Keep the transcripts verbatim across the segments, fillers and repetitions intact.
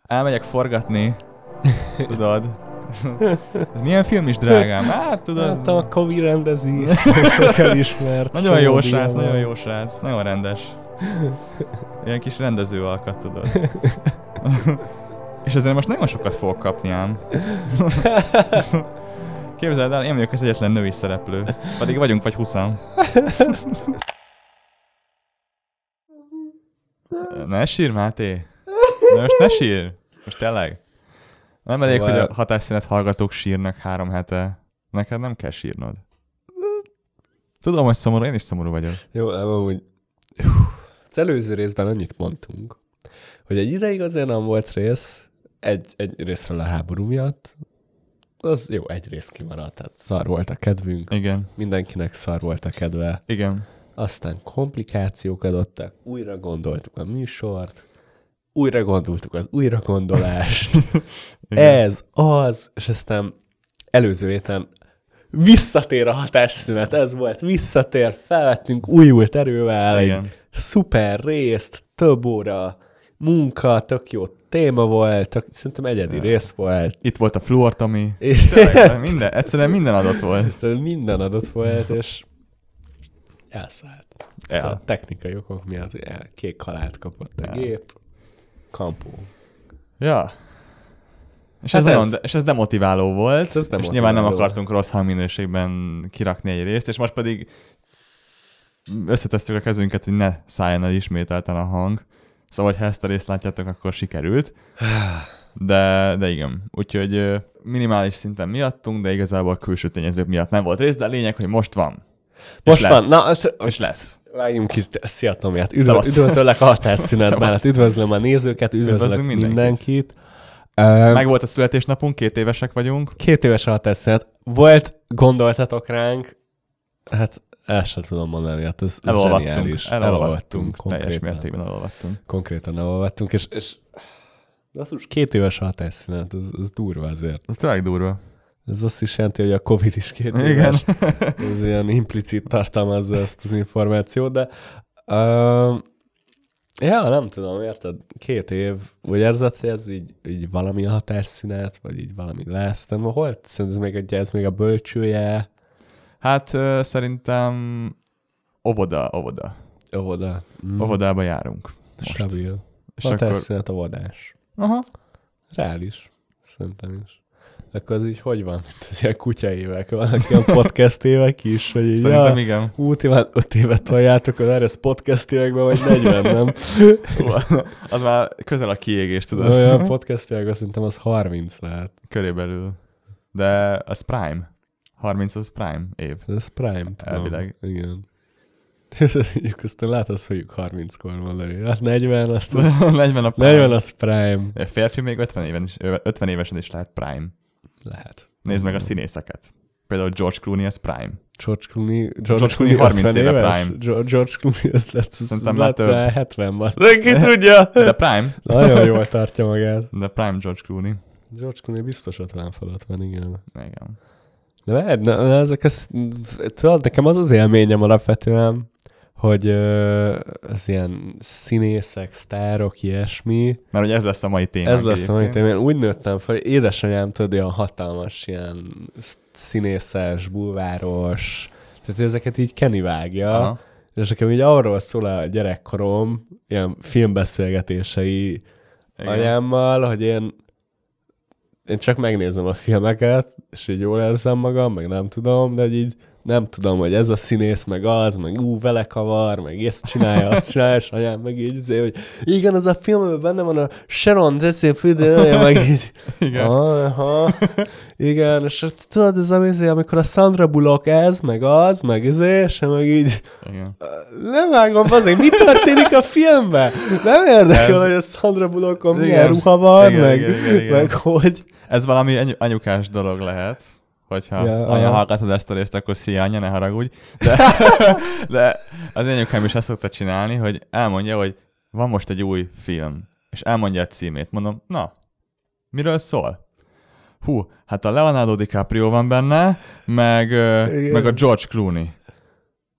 elmegyek forgatni, tudod. Ez milyen film is, drágám? Hát, tudod. Hát a Kovi rendezi, elismert. Nagyon jó srác, nagyon jó srác, nagyon rendes. Ilyen kis rendező alkat, tudod. És ezért most nagyon sokat fogok kapni ám. Képzeld el, én vagyok az egyetlen női szereplő. Pedig vagyunk vagy huszan. Ne sírj, Máté! De most ne sírj! Most tényleg. Nem szóval... elég, hogy a hatásszünet hallgatók sírnak három hete. Neked nem kell sírnod. Tudom, hogy szomorú, én is szomorú vagyok. Jó, nem amúgy... Az előző részben annyit mondtunk, hogy egy ideig azért nem volt rész, egy, egy részről a háború miatt, az jó, egy rész kimaradt, tehát szar volt a kedvünk. Igen. Mindenkinek szar volt a kedve. Igen. Aztán komplikációk adottak, újra gondoltuk a műsort, újra gondoltuk az újragondolást. Ez, az, és aztán előző héten visszatér a hatásszünet, ez volt, visszatér, felvettünk újult erővel, igen. Egy szuper részt, több óra munka, tök jó téma volt, tök, szerintem egyedi ja. rész volt. Itt volt a fluortomi. minden, egyszerűen minden adott volt. Minden adott volt, és elszállt. El. A technikai okok miatt kék halált kapott a El. gép. Kampó. Ja. És, hát ez, ez, nagyon, és ez demotiváló volt, ez és nyilván nem akartunk rossz hangminőségben kirakni egy részt, és most pedig összetesztük a kezünket, hogy ne szálljon el ismételten a hang. Szóval, ha ezt a részt látjátok, akkor sikerült. De, de igen. Úgyhogy minimális szinten miattunk, de igazából külső tényezők miatt nem volt rész, de a lényeg, hogy most van. Most van. Na, és lesz. Vágjunk ki, szia Tomiát. Üdv, üdvözöllek a hatásszünetben. Hát üdvözlöm a nézőket, üdvözlök mindenkit. mindenkit. Meg volt a születésnapunk, két évesek vagyunk. Két éves a hatásszünet. Volt, gondoltatok ránk, hát el sem tudom mondani, hát ez, ez zseniális. Elolvattunk. Teljes mértékben elolvattunk. Konkrétan elolvattunk, és, és de az most két éves hatásszünet, ez, ez durva azért. Ez tényleg durva. Ez azt is jelenti, hogy a Covid is két éves. Ez ilyen implicit tartalmazza ezt az információt, de uh, ja, nem tudom, érted? Két év, úgy érzed, hogy ez így, így valami a hatásszünet, vagy így valami lesz, nem? Hol? Szerintem ez még, ez még a bölcsője? Hát uh, szerintem óvoda, óvoda. Óvoda. Mm. Óvodába járunk. Stabil. Hatásszünet, akkor... óvodás. Aha. Reális. Szerintem is. Akkor az így hogy van? Mint az ilyen kutyaévek. Vannak ilyen podcast évek is, hogy így, szerintem ja, igen. Út éván öt évet toljátok, az erre podcast években, vagy negyven, nem? Az már közel a kiégés, tudod. Olyan podcast években szerintem az harminc lehet. Körülbelül. De az prime. harminc az prime év. Ez prime, tudom. Elvileg. Igen. Juk aztán látod, hogy harminckor van lenni. Hát negyven, azt az, negyven a prime. negyven az prime. A férfi még ötven, éven is, ötven évesen is lehet prime. Lehet. Nézd meg a színészeket. Például George Clooney, ez prime. George Clooney, George, George Clooney harminc éve prime. George Clooney, ez lett, szerintem már több. hetven basz. Ki tudja? De prime. Nagyon jól tartja magát. De prime George Clooney. George Clooney biztos ötven fölött van, igen. Igen. De mert, ne, ezek az, tudod, nekem az az élményem alapvetően, hogy az ilyen színészek, sztárok, ilyesmi. Mert hogy ez lesz a mai téma. Ez lesz a mai téma. Én úgy nőttem fel, hogy édesanyám tudod, olyan hatalmas, ilyen színészes, bulváros, tehát ezeket így Kenny vágja. Aha. És nekem így arról szól a gyerekkorom, ilyen filmbeszélgetései igen. anyámmal, hogy én én csak megnézem a filmeket, és így jól érzem magam, meg nem tudom, de így nem tudom, hogy ez a színész, meg az, meg ú, vele kavar, meg ezt csinálja, azt csinálja, és anyám meg így azért, hogy igen, az a filmben benne van a Sharon Desséfidője, meg így. Igen. Aha, igen, és tudod, ez azért, amikor a Sandra Bullock ez, meg az, meg ezért, és meg így. Igen. Nem vágom, azért, mi történik a filmben? Nem érdekel, ez... hogy a Sandra Bullockon milyen ruha van, igen, meg, igen, igen, igen. meg hogy. Ez valami anyukás dolog lehet. Hogyha ja, anya hallgatod ezt a részt, akkor szia anya, ne haragudj. De, de az anyukám is azt szokta csinálni, hogy elmondja, hogy van most egy új film, és elmondja a címét. Mondom, na, miről szól? Hú, hát a Leonardo DiCaprio van benne, meg, meg a George Clooney.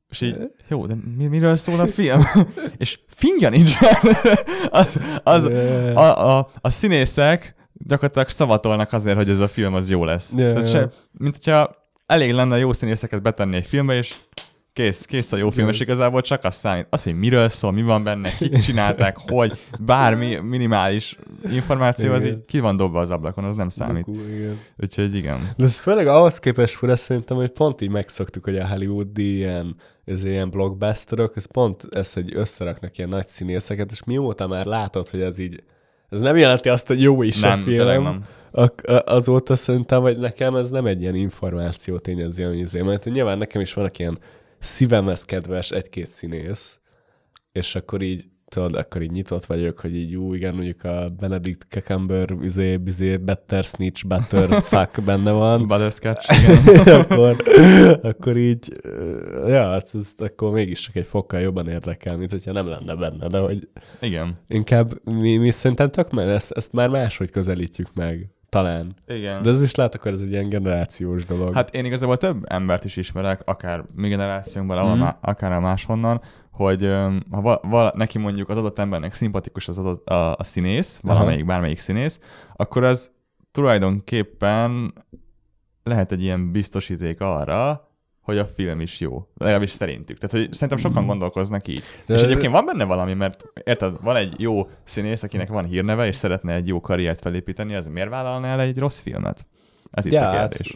És így, jó, de mi, miről szól a film? És fingja nincs. az, az, a, a, a színészek gyakorlatilag szavatolnak azért, hogy ez a film az jó lesz. Yeah, Tehát se, mint hogyha elég lenne jó színészeket betenni egy filmbe, és kész, kész a jó film, és igazából csak az számít. Az, hogy miről szól, mi van benne, kik csinálták, hogy bármi minimális információ, az így ki van dobva az ablakon, az nem számít. Igen. Úgyhogy igen. De ez főleg ahhoz képest fura szerintem, hogy pont így megszoktuk, hogy a hollywoodi ilyen, ez ilyen blockbusterok, ez pont ez, hogy összeraknak ilyen nagy színészeket, és mióta már látod, hogy ez így, ez nem jelenti azt, hogy jó is nem, a film. Nem. Azóta szerintem, hogy nekem ez nem egy ilyen információ tényező, hogy izé, mert nyilván nekem is vannak ilyen szívemhez kedves egy-két színész, és akkor így, tudod, akkor így nyitott vagyok, hogy így jó, igen, mondjuk a Benedict Cumberbatch, izé, bizé, Better Snitch, Better Fuck benne van. Butterscotch, igen. akkor, akkor így, ja, ez, ez akkor mégis csak egy fokkal jobban érdekel, mint hogyha nem lenne benne, de hogy igen. Inkább mi, mi szerintem tök, mert ezt, ezt már máshogy közelítjük meg. Talán. Igen. De ez is lát, akkor ez egy ilyen generációs dolog. Hát én igazából több embert is ismerek, akár mi generációnkban, mm. má, akár a máshonnan, hogy ha val- val- neki mondjuk az adott embernek szimpatikus az adott, a, a színész, valamelyik, bármelyik színész, akkor az tulajdonképpen lehet egy ilyen biztosíték arra, hogy a film is jó. Legalábbis szerintük. Tehát hogy szerintem sokan gondolkoznak így. De és egyébként van benne valami, mert érted, van egy jó színész, akinek van hírneve, és szeretne egy jó karriert felépíteni, az miért vállalna el egy rossz filmet? Ez itt ja, a kérdés.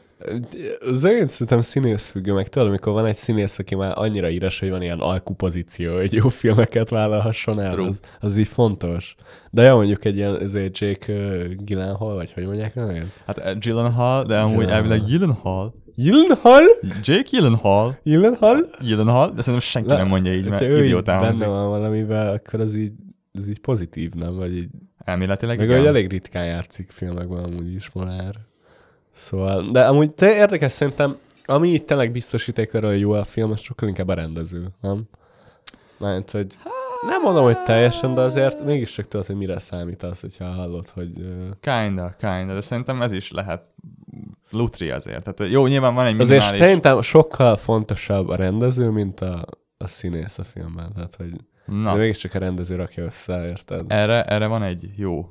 Az én szerintem színész függő, meg tudod, amikor van egy színész, aki már annyira íres, hogy van ilyen alkupozíció, hogy jó filmeket vállalhasson el, az, az így fontos. De jó, mondjuk egy ilyen ezért Jake Gyllenhaal, vagy hogy mondják nevén? Hát Gyllenhaal, de amúgy elvileg Gyllenhaal. Gyllenhaal? Jake Gyllenhaal. Gyllenhaal? Gyllenhaal, de szerintem senki Le, nem mondja így, mert idiótán hangzik. Benne van valamivel, akkor az így, az így pozitív, nem? Vagy így... Elméletileg meg, hogy elég ritkán játszik filmekben amúgy is már. Szóval, de amúgy te érdekes szerintem, ami itt tényleg biztosíték arra, hogy jó a film, az sokkal inkább a rendező, nem? Mert, hogy nem mondom, hogy teljesen, de azért mégis csak tudod, hogy mire számítasz, hogyha hallod, hogy... Kinda, kinda, de szerintem ez is lehet lutri azért. Tehát jó, nyilván van egy minimális... Azért szerintem sokkal fontosabb a rendező, mint a, a színész a filmben. Tehát, hogy de mégiscsak a rendező rakja össze, érted? Erre, erre van egy jó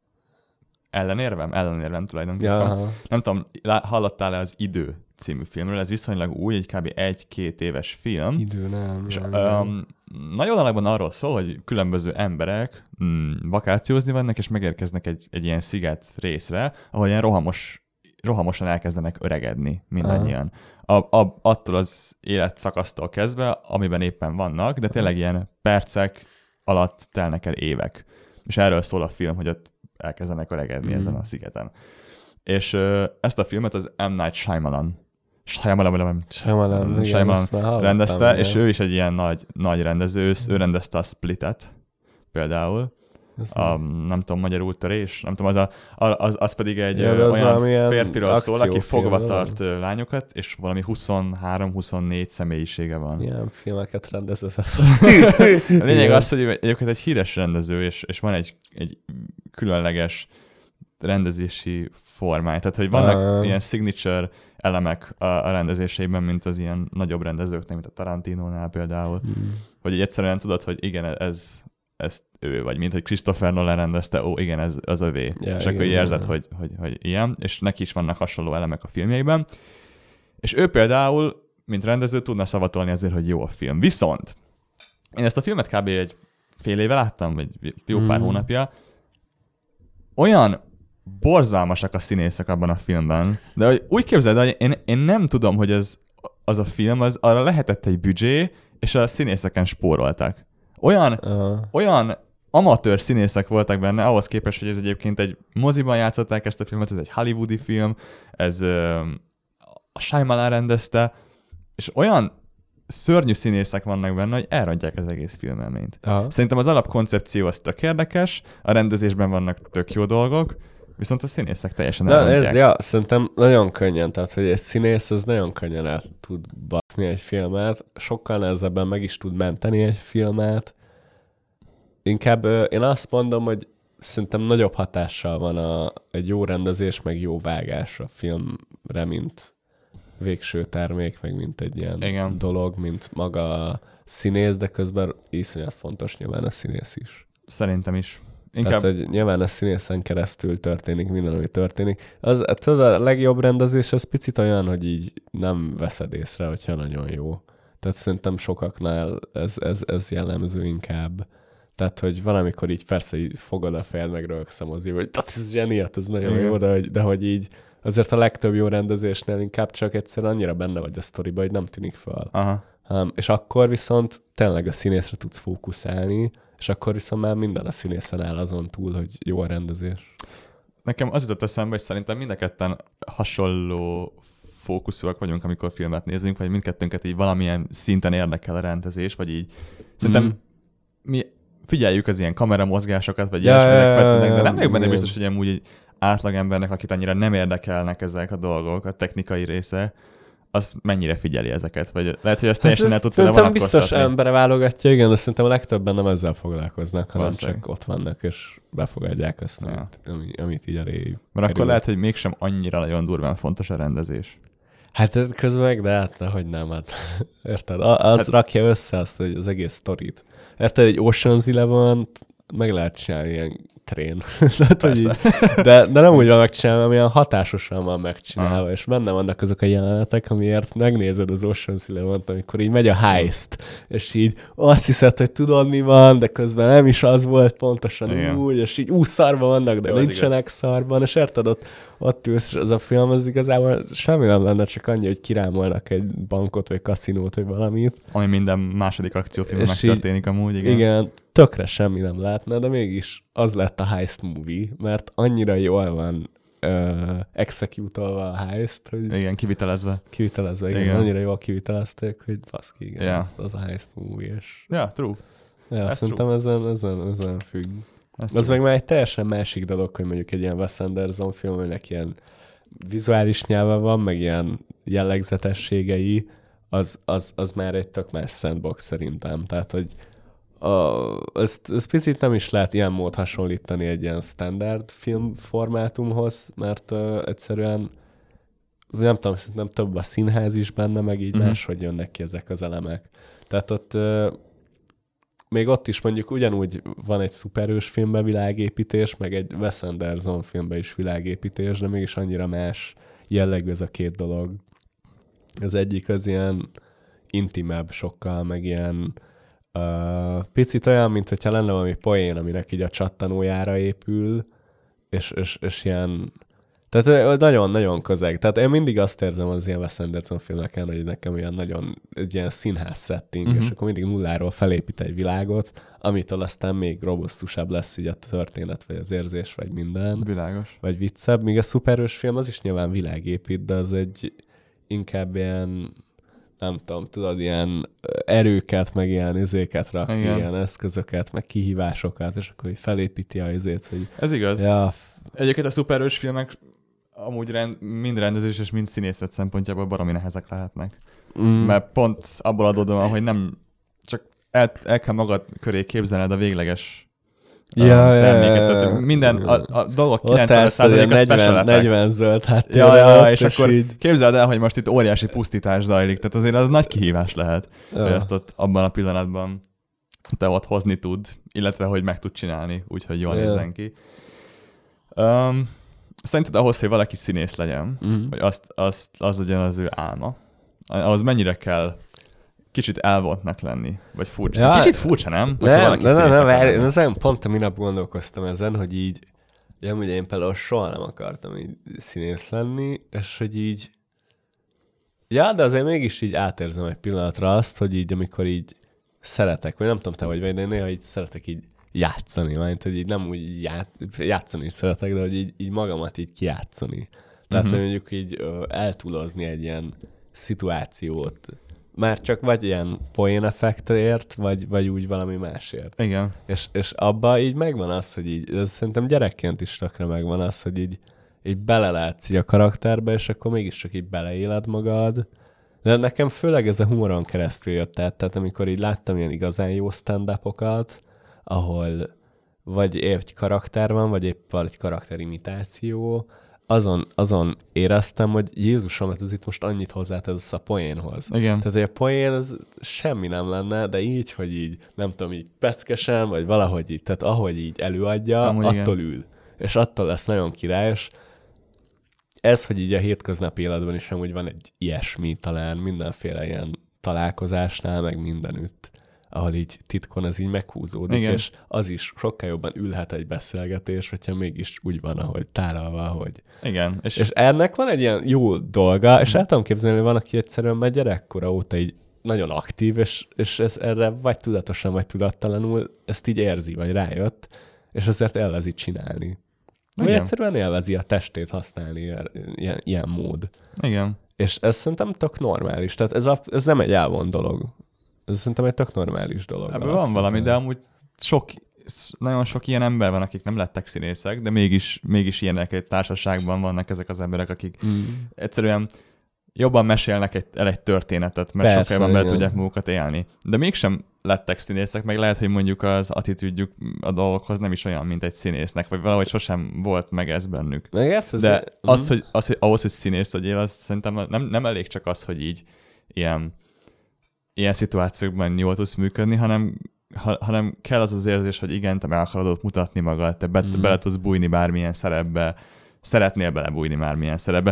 ellenérvem? Ellenérvem tulajdonképpen. Ja. Nem tudom, hallottál-e az Idő című filmről? Ez viszonylag új, egy kb. egy-két éves film. Idő, nem. És nem, um, nagyon alapban arról szól, hogy különböző emberek mm, vakációzni vannak, és megérkeznek egy, egy ilyen sziget részre, ahol ilyen rohamos, rohamosan elkezdenek öregedni mindannyian. A, a, attól az életszakasztól kezdve, amiben éppen vannak, de tényleg ilyen percek alatt telnek el évek. És erről szól a film, hogy ott elkezdenek öregedni mm. ezen a szigeten. És uh, ezt a filmet az M. Night Shyamalan Shyamalan, Shyamalan, Shyamalan rendezte, és ő is egy ilyen nagy, nagy rendező, ő rendezte a Splitet például. A, nem tudom, magyarul törés, nem tudom, az, a, az, az pedig egy ja, az olyan férfiról szól, aki fogva tart nem? lányokat, és valami huszonhárom-huszonnégy személyisége van. Ilyen filmeket rendezett. A lényeg az, hogy egyébként egy híres rendező, és, és van egy, egy különleges rendezési formája. Tehát, hogy vannak uh. ilyen signature elemek a, a rendezéseiben, mint az ilyen nagyobb rendezőknek, mint a Tarantinónál például. Hmm. Hogy egyszerűen tudod, hogy igen, ez ezt ő, vagy mint hogy Christopher Nolan rendezte, ó, igen, ez az övé. Ja, és akkor érzed, hogy, hogy, hogy ilyen, és neki is vannak hasonló elemek a filmjeiben. És ő például, mint rendező, tudna szavatolni azért, hogy jó a film. Viszont én ezt a filmet kb. Egy fél éve láttam, vagy jó pár mm. hónapja. Olyan borzalmasak a színészek abban a filmben, de hogy úgy képzeld, hogy én, én nem tudom, hogy ez, az a film, az arra lehetett egy büdzsé, és a színészeken spóroltak. Olyan, uh. olyan amatőr színészek voltak benne, ahhoz képest, hogy ez egyébként egy moziban játszották ezt a filmet, ez egy hollywoodi film, ez uh, a Shyamalan rendezte, és olyan szörnyű színészek vannak benne, hogy elrontják az egész filmelményt. Uh. Szerintem az alapkoncepció az tök érdekes, a rendezésben vannak tök jó dolgok, viszont a színészek teljesen elrontják. Ez, ja, szerintem nagyon könnyen, tehát hogy egy színész az nagyon könnyen el tud baszni egy filmet, sokkal nehezebben meg is tud menteni egy filmet. Inkább én azt mondom, hogy szerintem nagyobb hatással van a, egy jó rendezés, meg jó vágás a filmre, mint, végső termék, meg mint egy ilyen Igen. dolog, mint maga a színész, de közben iszonyat fontos nyilván a színész is. Szerintem is. Inkább... Tehát, hogy nyilván a színészen keresztül történik minden, ami történik. Az, tudod, a legjobb rendezés az picit olyan, hogy így nem veszed észre, hogyha nagyon jó. Tehát szerintem sokaknál ez, ez, ez jellemző inkább. Tehát, hogy valamikor így persze így fogod a fejed, meg rögszem az hogy ez zseniát, ez nagyon jó, de hogy, de hogy így azért a legtöbb jó rendezésnél inkább csak egyszerűen annyira benne vagy a sztoriba, hogy nem tűnik fel. Aha. Um, és akkor viszont tényleg a színészre tudsz fókuszálni, és akkor viszont már minden a színészen áll azon túl, hogy jó a rendezés. Nekem az jutott eszembe, hogy szerintem mind a ketten hasonló fókuszúak vagyunk, amikor filmet nézünk, vagy mindkettőnket így valamilyen szinten érdekel a rendezés, vagy így. Szerintem mm. mi figyeljük az ilyen kameramozgásokat, vagy ja, ilyesminek, de nem vagyok benne biztos, hogy amúgy egy átlagembernek, akit annyira nem érdekelnek ezek a dolgok, a technikai része, az mennyire figyeli ezeket? Vagy lehet, hogy ezt teljesen el tudsz vonatkoztatni. Szerintem biztos embere válogatja, igen, de szerintem a legtöbben nem ezzel foglalkoznak, hanem Valószínűleg. csak ott vannak, és befogadják azt, ja. amit, ami, amit így eléjük. Mert kerül. Akkor lehet, hogy mégsem annyira nagyon durván fontos a rendezés. Hát közben meg, de hát hogy nem, hát érted? Az hát, rakja össze azt, hogy az egész sztorit. Érted, egy Ocean's Eleven meg lehet csinálni ilyen trén. Tehát, így, de, de nem úgy van megcsinálva, amilyen hatásosan van megcsinálva, Aha. és benne vannak azok a jelenetek, amiért megnézed az Ocean's Eleven-t, amikor így megy a heist, és így azt hiszed, hogy tudod, mi van, de közben nem is az volt pontosan Igen. úgy, és így úgy szarban vannak, de Jó, nincsenek szarban, és érted, ott, ott ülsz, az a film az igazából semmi nem lenne, csak annyi, hogy kirámolnak egy bankot, vagy kaszinót, vagy valamit. Ami minden második akciófilmben megtörténik amúgy, igen. Igen, tökre semmi nem látna, de mégis az lett a heist movie, mert annyira jól van uh, execute-olva a heist, hogy... Igen, kivitelezve. Kivitelezve, igen, igen. Annyira jól kivitelezték, hogy baszki, igen, yeah. az, az a heist movie, és... Ja, true. Ja, Ez szerintem true. Ezen, ezen, ezen függ. Ez az true. Meg már egy teljesen másik dolog, hogy mondjuk egy ilyen Wes Anderson film, aminek ilyen vizuális nyelve van, meg ilyen jellegzetességei, az, az, az már egy tök más sandbox szerintem. Tehát, hogy A, ezt, ezt picit nem is lehet ilyen mód hasonlítani egy ilyen standard film formátumhoz, mert uh, egyszerűen nem tudom, nem több a színház is benne, meg így uh-huh. máshogy jönnek ki ezek az elemek. Tehát ott uh, még ott is mondjuk ugyanúgy van egy szuperős filmben világépítés, meg egy Wes Anderson filmben is világépítés, de mégis annyira más jellegű ez a két dolog. Az egyik az ilyen intimebb sokkal, meg ilyen Uh, picit olyan, mint hogyha lenne valami poén, aminek így a csattanójára épül, és, és, és ilyen... Tehát nagyon-nagyon közeg. Tehát én mindig azt érzem az ilyen Wes Anderson filmeken, hogy nekem olyan nagyon egy ilyen színház setting, uh-huh. és akkor mindig nulláról felépít egy világot, amitől aztán még robusztusabb lesz így a történet, vagy az érzés, vagy minden. Világos. Vagy viccebb. Míg a szuperős film az is nyilván világépít, de az egy inkább ilyen... nem tudom, tudod, ilyen erőket, meg ilyen izéket rak, Igen. ilyen eszközöket, meg kihívásokat, és akkor így felépíti a izét, hogy... Ez igaz. Ja. Egyébként a szuperős filmek amúgy rend, mind rendezés és mind színészet szempontjából baromi nehezek lehetnek. Mm. Mert pont abból adódóan, hogy nem csak el, el kell magad köré képzelned a végleges Ja, terméket. Ja, Tehát minden, a, a dolgok kilencven százaléka special effect. negyven zöld háttérre. Ja, ja, és, és akkor így... képzeld el, hogy most itt óriási pusztítás zajlik. Tehát azért az nagy kihívás lehet, ja. hogy ezt ott abban a pillanatban te ott hozni tud, illetve hogy meg tud csinálni, úgyhogy jól ja. nézzen ki. Um, szerinted ahhoz, hogy valaki színész legyen, uh-huh. hogy azt, azt, az legyen az ő álma, ahhoz mennyire kell kicsit elvontnak lenni, vagy furcsa. Ja, kicsit furcsa, nem? Nem, nem, nem, nem, nem ezen pont a minap gondolkoztam ezen, hogy így, ugye, ugye én például soha nem akartam így színész lenni, és hogy így, ja, de azért mégis így átérzem egy pillanatra azt, hogy így, amikor így szeretek, vagy nem tudom, te vagy vagy, de én néha így szeretek így játszani, mert hogy így nem úgy ját, játszani is szeretek, de hogy így, így magamat így kijátszani. Tehát, uh-huh. hogy mondjuk így ö, eltúlozni egy ilyen szituációt, már csak vagy ilyen poén effektért, vagy, vagy úgy valami másért. Igen. És, és abban így megvan az, hogy így, ez szerintem gyerekként is tökre megvan az, hogy így, így belelátsz így a karakterbe, és akkor mégiscsak így beleéled magad. De nekem főleg ez a humoron keresztül jött, tehát, tehát amikor így láttam ilyen igazán jó stand-upokat, ahol vagy egy karakter van, vagy épp egy karakterimitáció, azon, azon éreztem, hogy Jézusom, hát ez itt most annyit hozzátesz a poénhoz. Igen. Tehát a poén az semmi nem lenne, de így, hogy így, nem tudom, így peckesen, vagy valahogy így, tehát ahogy így előadja, Amúgy attól igen. ül. És attól lesz nagyon király, és ez, hogy így a hétköznapi életben is amúgy van egy ilyesmi talán mindenféle ilyen találkozásnál, meg mindenütt, ahol így titkon ez így meghúzódik, igen. és az is sokkal jobban ülhet egy beszélgetés, hogyha mégis úgy van, ahogy tálalva, hogy... Igen. És, és ennek van egy ilyen jó dolga, és el tudom képzelni, hogy van, aki egyszerűen már gyerekkora óta így nagyon aktív, és, és ez erre vagy tudatosan, vagy tudattalanul ezt így érzi, vagy rájött, és azért élvezi csinálni. Vagy egyszerűen élvezi a testét használni ilyen, ilyen mód. Igen. És ez szerintem tök normális. Tehát ez, a, ez nem egy elvont dolog. Ez szerintem egy tök normális dolog. Ebből van valami, de amúgy sok, nagyon sok ilyen ember van, akik nem lettek színészek, de mégis, mégis ilyenek egy társaságban vannak ezek az emberek, akik mm. egyszerűen jobban mesélnek egy, el egy történetet, mert Persze, sokkal jobban be tudják magukat élni. De mégsem lettek színészek, meg lehet, hogy mondjuk az attitűdjük a dolgokhoz nem is olyan, mint egy színésznek, vagy valahogy sosem volt meg ez bennük. Megért? De az, mm. hogy, az, hogy ahhoz, hogy színész legyél, az szerintem nem, nem elég csak az, hogy így ilyen, ilyen szituációkban jól tudsz működni, hanem, ha, hanem kell az az érzés, hogy igen, te meg akarod mutatni magad, te be, mm. bele tudsz bújni bármilyen szerepbe, szeretnél belebújni bármilyen szerepbe.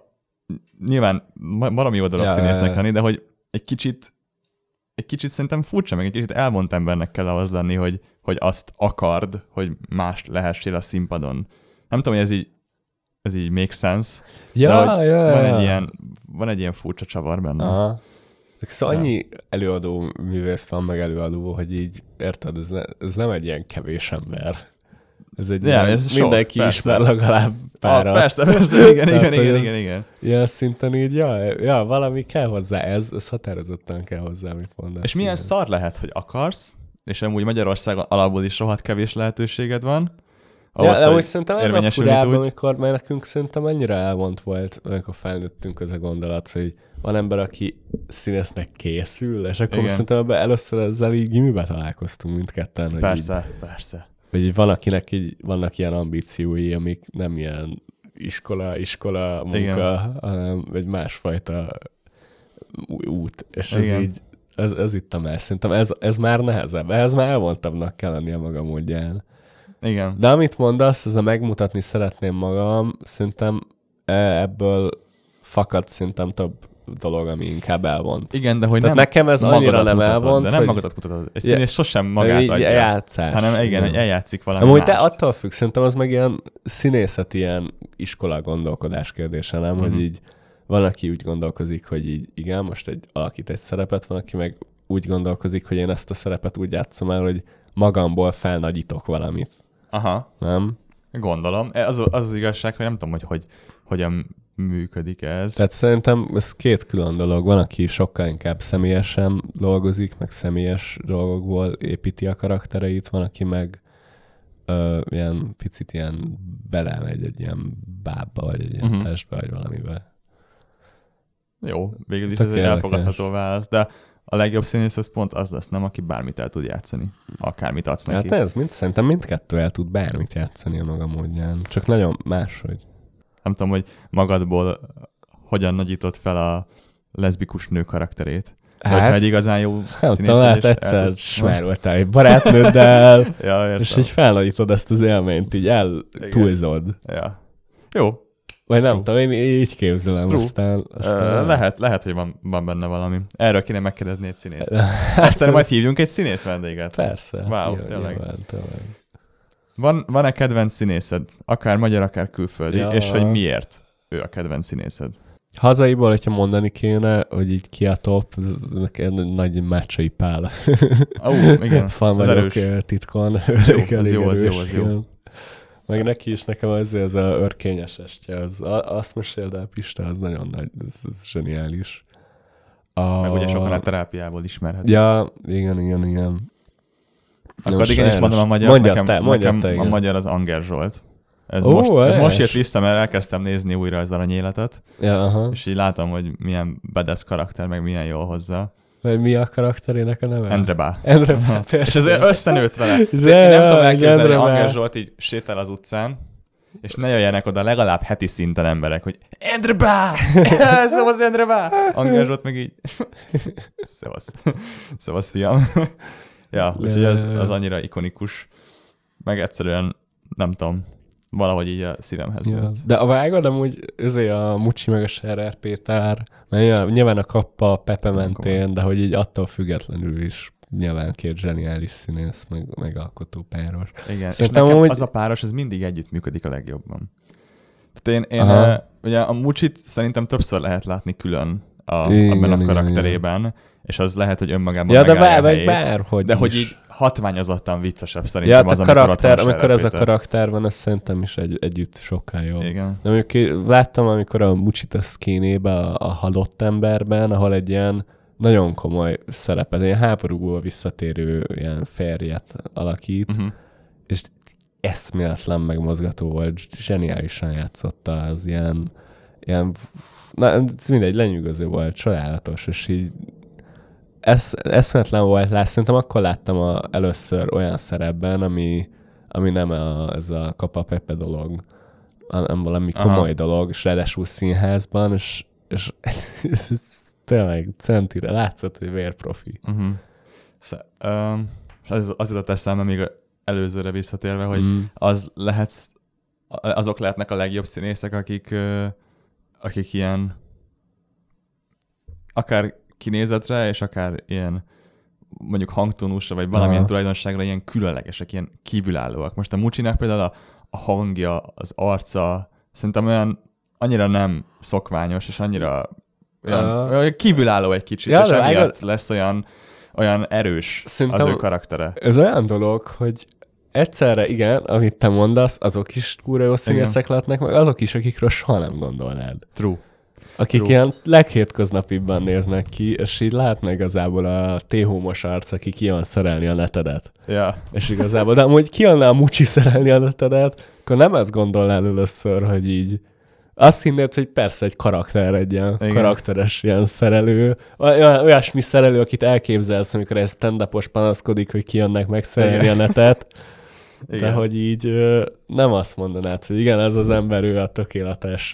Nyilván valami jó dolog ja, színésznek lenni, de hogy egy kicsit egy kicsit szerintem furcsa, meg egy kicsit elvont embernek kell ahhoz lenni, hogy, hogy azt akard, hogy más lehessél a színpadon. Nem tudom, hogy ez így, ez így make sense, ja, de ja, van, ja. Egy ilyen, van egy ilyen furcsa csavar benne. Aha. Szóval ja. annyi előadó művész van, meg előadó, hogy így, érted, ez, ne, ez nem egy ilyen kevés ember. Ez egy ja, ilyen, ez mindenki sok, ismer legalább párat. Ah, persze, persze, igen, igen, igen, igen, igen. Ilyen szinten így, ja, ja, valami kell hozzá, ez, ez határozottan kell hozzá, mit mondasz. És milyen ilyen. szar lehet, hogy akarsz, és amúgy Magyarországon alapból is rohadt kevés lehetőséged van. Ahhoz, ja, de úgy szerintem ez a furában, amikor, mert nekünk szerintem annyira elvont volt, amikor felnőttünk az a gondolat, hogy van ember, aki színésznek készül, és akkor igen. szerintem ebben először ezzel így gimibe találkoztunk mindketten. Hogy persze, így, persze. Hogy van, akinek így vannak ilyen ambíciói, amik nem ilyen iskola, iskola, munka, igen. hanem egy másfajta út. És ez igen. így, ez, ez itt a más. Szerintem ez, ez már nehezebb. Ez már elvontabbnak kell lenni a maga módján. Igen. De amit mondasz, ez a megmutatni szeretném magam, szerintem ebből fakad szerintem több dolog, ami inkább elvont. Igen, de hogy tehát nem nekem ez annyira nem mutatod, elvont, de nem hogy... magadat mutatod. Egy színész sosem magát adja. Játszás. Hanem igen, hogy eljátszik valami amúgy mást. De attól függ, szerintem az meg ilyen színészet, ilyen iskola gondolkodás kérdése, nem? Mm-hmm. Hogy így van, aki úgy gondolkozik, hogy így igen, most egy alakít egy szerepet, van, aki meg úgy gondolkozik, hogy én ezt a szerepet úgy játszom el, hogy magamból felnagyítok valamit. Aha. Nem? Gondolom. Az az, az igazság, hogy nem tudom, hogy, hogy hogyan működik ez. Tehát szerintem ez két külön dolog. Van, aki sokkal inkább személyesen dolgozik, meg személyes dolgokból építi a karaktereit, van, aki meg ö, ilyen picit ilyen belemegy egy ilyen bábba, vagy egy ilyen uh-huh. testbe, vagy valamibe. Jó, végül is ez egy elfogadható válasz, de a legjobb színész az pont az lesz, nem, aki bármit el tud játszani. Akármit adsz neki. Hát ez mind, szerintem mindkettő el tud bármit játszani a maga módján. Csak nagyon máshogy. Nem tudom, hogy magadból hogyan nagyított fel a leszbikus nő karakterét. Hát, vagy egy igazán jó színész. Hát egyszer smároltál egy barátnőddel, ja, és így felnagyítod ezt az élményt, így eltúlzod. Ja. Jó. Vagy nem tudom, én így képzelem. Aztán, aztán uh, lehet, lehet, hogy van, van benne valami. Erről kéne megkérdezni egy színészt. Aztán majd hívjunk egy színész vendéget. Persze. Wow, jó, tényleg. Nyilván, tényleg. Van, van-e kedvenc színészed? Akár magyar, akár külföldi. Ja. És hogy miért ő a kedvenc színészed? Hazaiból, hogyha mondani kéne, hogy így ki a top, ez nagy Mácsai Pál. Ó, uh, igen. Fan vagyok titkon. Jó, az jó, az jó, az jó. Meg neki is nekem az, ez a örkényes estje, az, azt meséld el, Pista, az nagyon nagy, ez, ez zseniális. A... Meg ugye sokan a terápiából ismerhető. Ja, igen, igen, igen. Akkor addig én is mondom a magyar, mondjad nekem, te, mondjad nekem te, a magyar az Anger Zsolt. Ez, Ó, most, ez es. most jött vissza, mert elkezdtem nézni újra az Aranyéletet, ja, aha. és így látom, hogy milyen badass karakter, meg milyen jól hozzá. Mi a karakterének a neve? Endrebá. Endrebá, és ez összenőtt vele. Én nem tudom elképzelni, hogy Anger Zsolt így sétál az utcán, és ne jöjjenek oda legalább heti szinten emberek, hogy Endre Bá! Szevasz, Endre Bá! Angázsot meg így. Szevasz. Szevasz, fiam. Ja, úgyhogy az, az annyira ikonikus. Meg egyszerűen, nem tudom, valahogy így a szívemhez ja. volt. De a vágod amúgy azért a Mucsi meg a Scherer Péter, mert nyilván a Kappa, a Pepementén, de hogy így attól függetlenül is nyilván két zseniális színész, meg, meg alkotó páros. Igen, szerintem és nekem amúgy... az a páros, ez mindig együtt működik a legjobban. Tehát én, én uh, ugye a Mucsit szerintem többször lehet látni külön a, igen, abban a karakterében, igen. És az lehet, hogy önmagában ja, megállja de a helyét. Bár, hogy de is. hogy így hatványozottan viccesebb szerintem ja, az, a karakter, amikor ez a karakter van, az szerintem is egy, együtt sokkal jobb. Igen. De mondjuk láttam, amikor a Mucsit a szkénébe, a, a halott emberben, ahol egy ilyen nagyon komoly szerepet, ilyen háborúból visszatérő ilyen férjet alakít, uh-huh. és eszméletlen megmozgató volt, zseniálisan játszotta az ilyen, ilyen na, ez mindegy, lenyűgöző volt, csodálatos, és így esz, eszméletlen volt látni, szerintem akkor láttam a, először olyan szerepben, ami, ami nem a, ez a Kapa Pepe dolog, hanem valami komoly aha. dolog, és ráadásul színházban, és, és ez, ez tényleg centire látszott, hogy vérprofi. Uh-huh. Szóval, um, az, az jutott eszembe még előzőre visszatérve, hogy mm. az lehet, azok lehetnek a legjobb színészek, akik, akik ilyen akár kinézetre, és akár ilyen mondjuk hangtónusra, vagy valamilyen aha. tulajdonságra ilyen különlegesek, ilyen kívülállóak. Most a Mucsinak például a, a hangja, az arca, szerintem olyan annyira nem szokványos, és annyira olyan, uh. kívülálló egy kicsit, ja, és emiatt lesz olyan, olyan erős szerintem az ő karaktere. Ez olyan dolog, hogy egyszerre igen, amit te mondasz, azok is kúra jó színészek lehetnek, meg azok is, akikről soha nem gondolnád. True. Akik True. ilyen leghétköznapibban néznek ki, és így látnak igazából a téhómos arc, aki kijön szerelni a netedet. Ja. És igazából, de amúgy kijönne a Mucsi szerelni a netedet, akkor nem ezt gondolnál először, hogy így azt hinnéd, hogy persze egy karakter, egy ilyen igen. karakteres ilyen szerelő. Olyan, olyasmi szerelő, akit elképzelsz, amikor ez stand-upos panaszkodik, hogy kijönnek megszerelni a netet. Igen. De hogy így nem azt mondanád, hogy igen, ez az ember, ő a tökéletes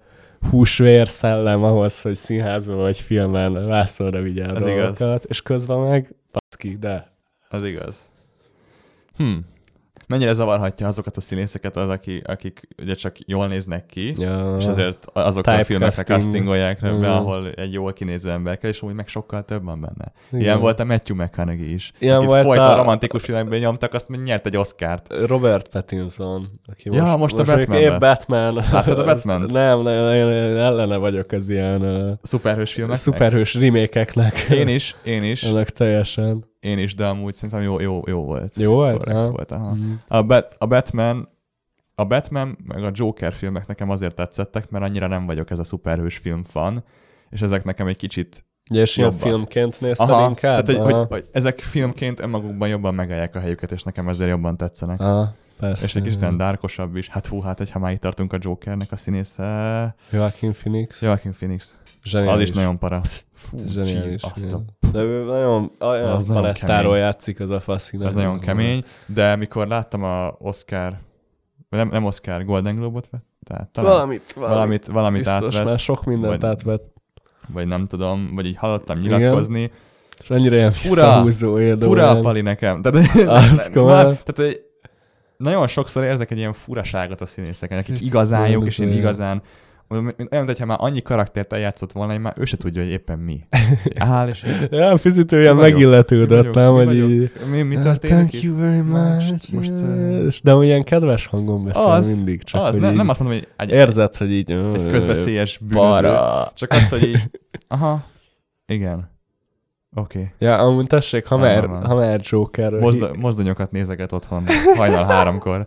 húsvér szellem ahhoz, hogy színházban vagy filmen vászonra vigye a dolgokat, igaz. És közben meg paszki, de. Az igaz. Hm. Mennyire zavarhatja azokat a színészeket az, akik, akik ugye csak jól néznek ki, ja, és ezért azokra a filmekre castingolják mm. be, ahol egy jól kinéző ember kell, és úgy meg sokkal több van benne. Igen. Ilyen volt a Matthew McConaughey is. Ilyen volt folyton a romantikus filmekben nyomtak, azt még nyert egy Oscart. Robert Pattinson. Aki ja, most, most a Batman. Én Batman. Láttad a Batman? Nem, nem, én ellene vagyok az ilyen uh, szuperhős filmeknek. Szuperhős remake-eknek. Én is, én is. Ennek teljesen. Én is, de amúgy szerintem jó, jó, jó volt. Jó volt? Korrekt volt, aha. Mm. A, Bat, a Batman, a Batman meg a Joker filmek nekem azért tetszettek, mert annyira nem vagyok ez a szuperhős film fan, és ezek nekem egy kicsit ja, és ilyen filmként nézted aha, inkább? Tehát, hogy, hogy, hogy ezek filmként önmagukban jobban megállják a helyüket, és nekem ezért jobban tetszenek. Aha, persze. És egy kicsit olyan dárkosabb is. Hát hú, hát hogyha már itt tartunk a Jokernek a színésze... Joaquin Phoenix. Joaquin Phoenix. Zseniális. Az is nagyon para. Fú, zseniális. Azt a... De ő nagyon, olyan palettáról játszik az a faszina. Az nagyon kemény, de mikor láttam a Oscar, nem, nem Oscar, Golden Globe-ot vett? Tehát talán valamit, valamit, valamit, valamit biztos, átvett. Már sok mindent vagy, átvett. Vagy nem tudom, vagy így hallottam nyilatkozni. Igen. És annyira ilyen visszahúzó érdő. Fura a pali nekem. Tehát, az már, tehát nagyon sokszor érzek egy ilyen furaságot a színészeken, akik igazán jók, és én igazán olyan, mintha már annyi karaktert eljátszott volna, hogy már ő se tudja, hogy éppen mi. Áll, és ja, fizit olyan megilletődött, nem, hogy így... Mi, mi történik? Thank you very much. Most, uh... De olyan kedves hangon beszél az, mindig. Csak az, ne, nem azt mondom, hogy... Egy, érzed, hogy így... Egy közveszélyes bűnöző. Csak az, hogy így... Aha, igen. Oké. Okay. Ja, amúgy tessék, ha már, ha már Joker... Mozdo- mozdonyokat nézeget otthon hajnal háromkor.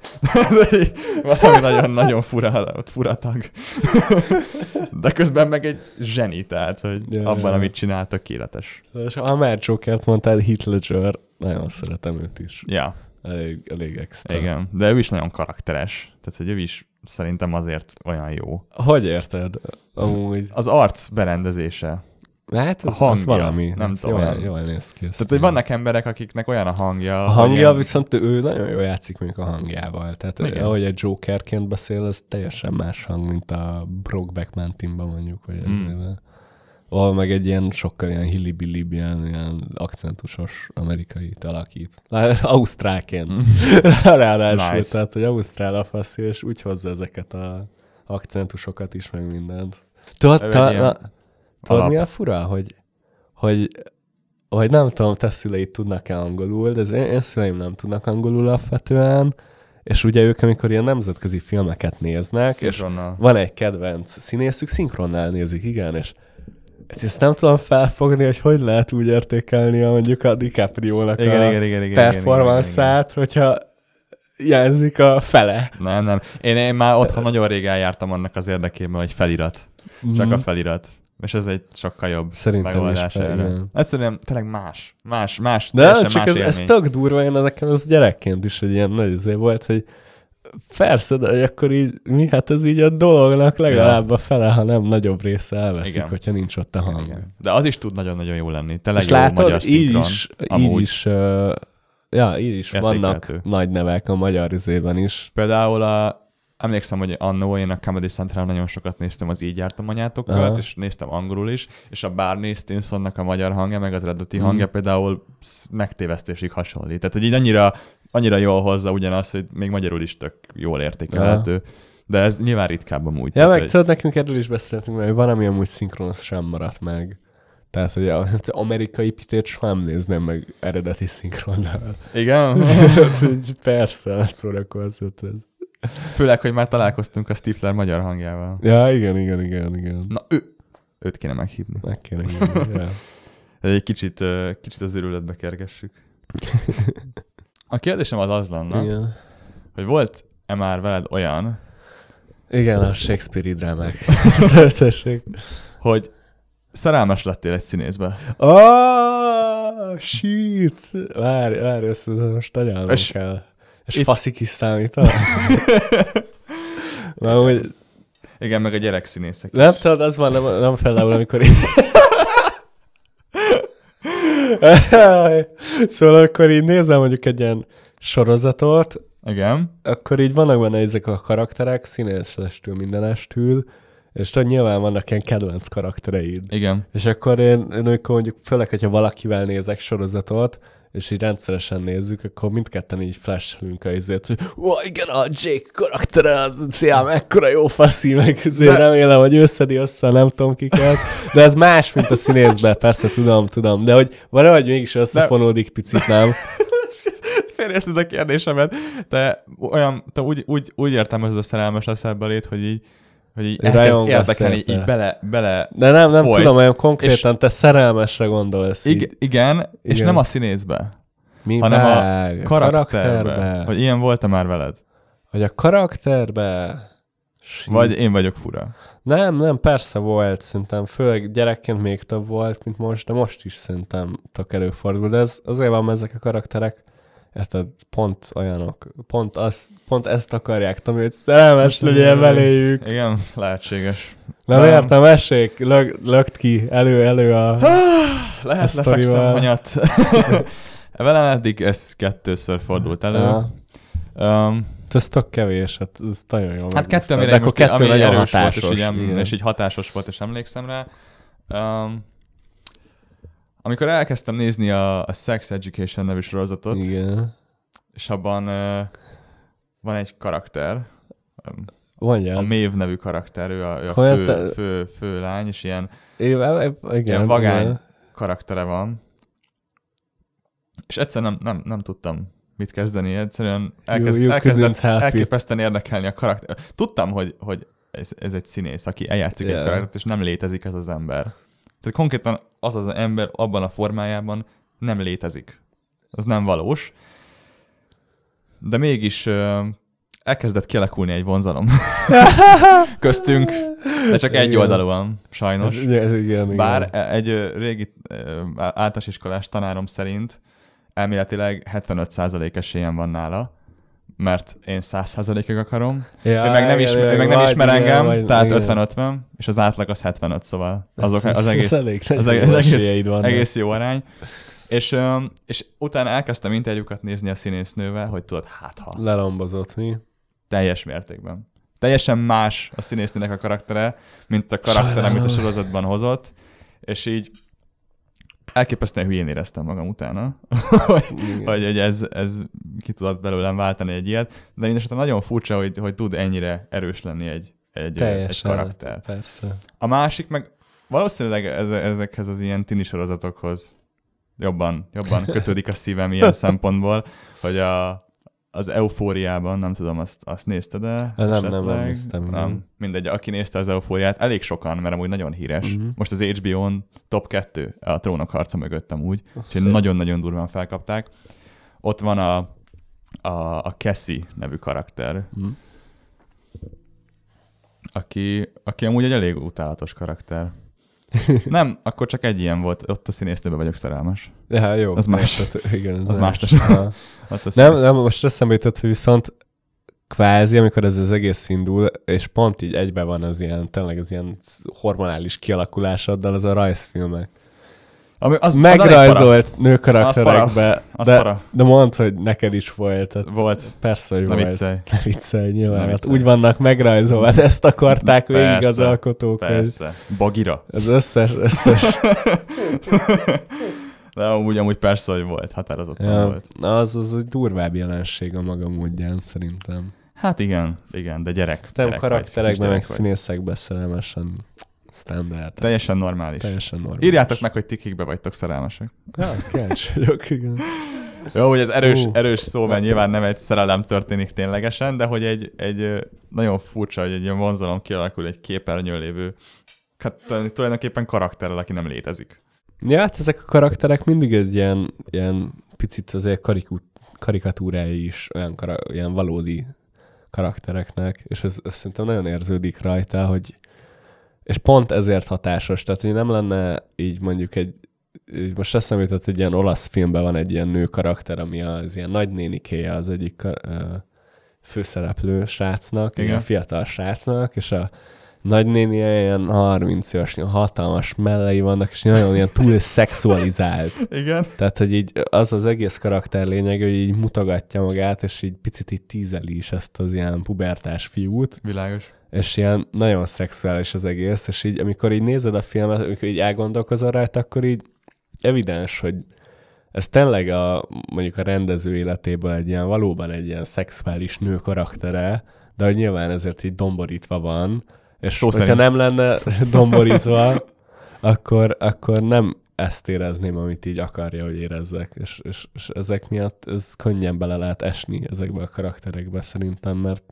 Valami nagyon-nagyon fura, fura tag. De közben meg egy zseni, tehát, hogy ja, abban, ja. amit csinál, tökéletes. És ha már Jokert mondtál, Heath Ledger, nagyon szeretem őt is. Ja. Elég, elég extra. Igen, de ő is nagyon karakteres. Tehát, hogy ő is szerintem azért olyan jó. Hogy érted? Amúgy... Az arc berendezése. Hát ez, a hangja, ez valami. nem ez tudom. Jól, jól néz ki. Tehát, hogy vannak emberek, akiknek olyan a hangja. A hangja ilyen... viszont ő nagyon jól játszik mondjuk a hangjával. Tehát igen. Ahogy egy Jokerként beszél, az teljesen más hang, mint a Brokeback Mountainban mondjuk, vagy mm. ezért. Ahol meg egy ilyen sokkal ilyen hilly-billy, ilyen, ilyen akcentusos amerikait alakít. Ausztrálként. Mm. Ráadásul, nice. Tehát, hogy ausztrál a faszi, és úgy hozza ezeket a akcentusokat is, meg mindent. Tudod, ta, tudod mi a fura? Hogy, hogy, hogy nem tudom, te szüleid tudnak-e angolul, de az én, én szüleim nem tudnak angolul alapvetően, és ugye ők, amikor ilyen nemzetközi filmeket néznek, szinkronnal. És van egy kedvenc színészük, szinkronnál nézik, igen, és ezt nem tudom felfogni, hogy hogy lehet úgy értékelni a mondjuk a DiCaprio-nak igen, a igen, igen, igen, performance-át, hogyha jelzik a fele. Nem, nem. Én, én már otthon nagyon rég eljártam annak az érdekében, hogy felirat. Csak mm. a felirat. És ez egy sokkal jobb szerintem megoldás erre. Egyszerűen tényleg más. Más, más. De csak más ez, ez tök durva, én nekem az gyerekként is egy ilyen nagy izé volt, hogy persze, de akkor így, mi hát ez így a dolognak legalább a fele, ha nem nagyobb része elveszik, igen. hogyha nincs ott a hang. Igen. De az is tud nagyon-nagyon jó lenni. Tényleg és jó látod, magyar szinkron. Így is, így is, uh, ja, így is vannak nagy nevek a magyar izében is. Például a emlékszem, hogy annó én a Comedy Central nagyon sokat néztem az Így jártam anyátokat, aha. és néztem angolul is, és a Barney Stinsonnak a magyar hangja, meg az eredeti mm. hangja például megtévesztésig hasonlít. Tehát, hogy így annyira, annyira jól hozza ugyanaz, hogy még magyarul is tök jól értékelhető. Ja. De ez nyilván ritkább amúgy. Ja, meg tudod, nekünk erről is beszéltünk, mert van, ami amúgy szinkronos sem maradt meg. Tehát, hogy az amerikai pitét soha nem nézném meg eredeti szinkronnal. Igen? Persze, szórakoztat ez. Főleg, hogy már találkoztunk a Stifler magyar hangjával. Ja, igen, igen, igen, igen. Na, ő, őt kéne meghívni. Meg kéne hívni, ja. Egy kicsit, kicsit az őrületbe kergessük. A kérdésem az az lenne, igen. hogy volt-e már veled olyan... Igen, a Shakespeare-i drámák. hogy szerelmes lettél egy színészbe. Oh, shit! Várj, várj, ezt most agyalnom kell. És itt... faszik is számítal? hogy... Igen, meg a gyerekszínészek. Nem tudod, az van, nem, nem például, amikor így... Szóval akkor így nézem mondjuk egy ilyen sorozatot, igen. Akkor így vannak benne ezek a karakterek, színészestől, mindenestől, és tudod, nyilván vannak ilyen kedvenc karaktereid. Igen. És akkor én, én akkor mondjuk, főleg, hogyha valakivel nézek sorozatot, és így rendszeresen nézzük, akkor mindketten így flashelünk a izét, hogy ó, igen, a Jake karaktere, az szia, mekkora jó faszi, meg azért remélem, hogy összedi össze, nem tudom kiket. De ez más, mint a színészben, persze, tudom, tudom. De hogy valahogy mégis összefonódik picit, nem? Félreérted a kérdésemet. Te, olyan, te úgy, úgy, úgy értelmezed a szerelmes leszel belét, hogy így hogy így elkezd érdekelni, így, így bele, bele De nem, nem folysz, tudom, olyan konkrétan, te szerelmesre gondolsz. Ig- igen, igen, és nem a színészbe, mi hanem várj, a karakterbe. karakterbe. Hogy ilyen volt-e már veled? Hogy a karakterbe... Vagy én vagyok fura? Nem, nem, persze volt, szerintem. Főleg gyerekként még több volt, mint most, de most is szerintem tök előfordul. De ez, azért van, ezek a karakterek, érted, pont olyanok, pont, az, pont ezt akarják, Tomi, hogy szerelmes legyen veléjük. Igen, lehetséges. Nem, nem. értem, esélyk, lög, lögt ki, elő, elő a... Lehet, lefekszem anyat. Velem eddig ez kettőször fordult elő. Ja. Um, ez tök kevés, hát ez nagyon jó. Hát kettő, amire most, kettő ami nagyon hatásos. Volt, és, így, és így hatásos volt, és emlékszem rá. Um, amikor elkezdtem nézni a, a Sex Education nevű sorozatot, igen. és abban uh, van egy karakter, Mondjál. A Maeve nevű karakter, ő a, ő a fő, te... fő, fő lány, és ilyen, igen, ilyen vagány igen. karaktere van. És egyszer nem, nem, nem tudtam mit kezdeni, egyszerűen elkezd, you, you elkezdett elképesztően érdekelni a karakter. Tudtam, hogy, hogy ez, ez egy színész, aki eljátszik yeah. egy karaktert, és nem létezik ez az ember. Tehát konkrétan az az ember abban a formájában nem létezik. Az nem valós. De mégis uh, elkezdett kialakulni egy vonzalom köztünk, de csak egy oldalúan, sajnos. Ez, ez igen, Bár igen. egy uh, régi uh, általános iskolás tanárom szerint elméletileg hetvenöt százalék esélyen van nála, mert én száz százalékig akarom. Ja, ő meg nem, ismer, igen, ő meg nem vagy, ismer igen, engem, vagy, tehát igen. ötven-ötven, és az átlag az hetvenöt, szóval azok, Ez- az, egész, ez elég az, nagy egész, az egész, vannak. egész jó arány. És, öm, és utána elkezdtem interjúkat nézni a színésznővel, hogy tudod, hát ha. Lelombozott, mi? Teljes mértékben. Teljesen más a színésznőnek a karaktere, mint a karakter, Sajnálom. amit a sorozatban hozott, és így elképesztően hülyén éreztem magam utána, hogy, hogy hogy ez, ez ki tudott belőlem váltani egy ilyet, de mindesetre nagyon furcsa, hogy, hogy tud ennyire erős lenni egy, egy, egy karakter. Persze. A másik meg valószínűleg ez, ezekhez az ilyen tini sorozatokhoz jobban, jobban kötődik a szívem ilyen szempontból, hogy a, az Eufóriában, nem tudom, azt, azt nézted de Nem, nem, nem, nem néztem. Nem, mindegy, aki nézte az Eufóriát, elég sokan, mert amúgy nagyon híres. Uh-huh. Most az há bé ó-n top kettő, a Trónok harca mögöttem úgy, Azt úgyhogy nagyon-nagyon durván felkapták. Ott van a, a, a Cassie nevű karakter, uh-huh. aki, aki amúgy egy elég utálatos karakter. Nem, akkor csak egy ilyen volt, ott a színésznőben vagyok szerelmes. Ja, jó. Az más. Tehát, igen, Az más. Nem, nem, most eszembe jutott, hogy viszont kvázi, amikor ez az egész indul, és pont így egyben van az ilyen, tényleg az ilyen hormonális kialakulásoddal, az a rajzfilmek. Ami, az, megrajzolt az nőkarakterekbe, az de, para. de mondd, hogy neked is volt. Tehát volt. Persze, hogy ne volt. viccelj. Ne viccelj, nyilván. Ne Hát viccelj. úgy vannak megrajzolva, hát ezt akarták Persze, végig az alkotók. Persze. Bagira. Az összes, összes. De amúgy, amúgy persze, hogy volt. Határozottan Ja, volt. az, az egy durvább jelenség a maga módján, szerintem. Hát igen, igen, de gyerek. Te gyerek karakterekben, meg vagy. színészekben szerelmesen standard. Teljesen normális. Teljesen normális. Írjátok meg, hogy ti kikbe vagytok szerelmesek. Ja, kíváncsi vagyok, igen. Jó, hogy ez erős, Uh. erős szó, mert nyilván nem egy szerelem történik ténylegesen, de hogy egy, egy nagyon furcsa, hogy egy ilyen vonzalom kialakul egy képernyőn lévő, hát tulajdonképpen karakterrel, aki nem létezik. Ja, hát ezek a karakterek mindig ez ilyen, ilyen picit azért karikú, karikatúrái is olyan, kara, ilyen valódi karaktereknek, és ez, ez szerintem nagyon érződik rajta, hogy és pont ezért hatásos, tehát hogy nem lenne így mondjuk egy, így most eszembe jutott, egy ilyen olasz filmben van egy ilyen nő karakter, ami az ilyen nagynénikéje az egyik kar, ö, főszereplő srácnak, igen. ilyen fiatal srácnak, és a nagynénie ilyen harminc éves, ilyen hatalmas mellei vannak, és nagyon ilyen túl szexualizált. Igen. Tehát, hogy így az az egész karakter lényeg, hogy így mutogatja magát, és így picit így tízeli is ezt az ilyen pubertás fiút. Világos. És ilyen nagyon szexuális az egész, és így amikor így nézed a filmet, amikor így elgondolkozol rajta, akkor így evidens, hogy ez tényleg a, mondjuk a rendező életéből egy ilyen, valóban egy ilyen szexuális nő karaktere, de hogy nyilván ezért így domborítva van, és Szó hogyha szerint. nem lenne domborítva, akkor, akkor nem ezt érezném, amit így akarja, hogy érezzek, és, és, és ezek miatt ez könnyen bele lehet esni ezekbe a karakterekbe szerintem, mert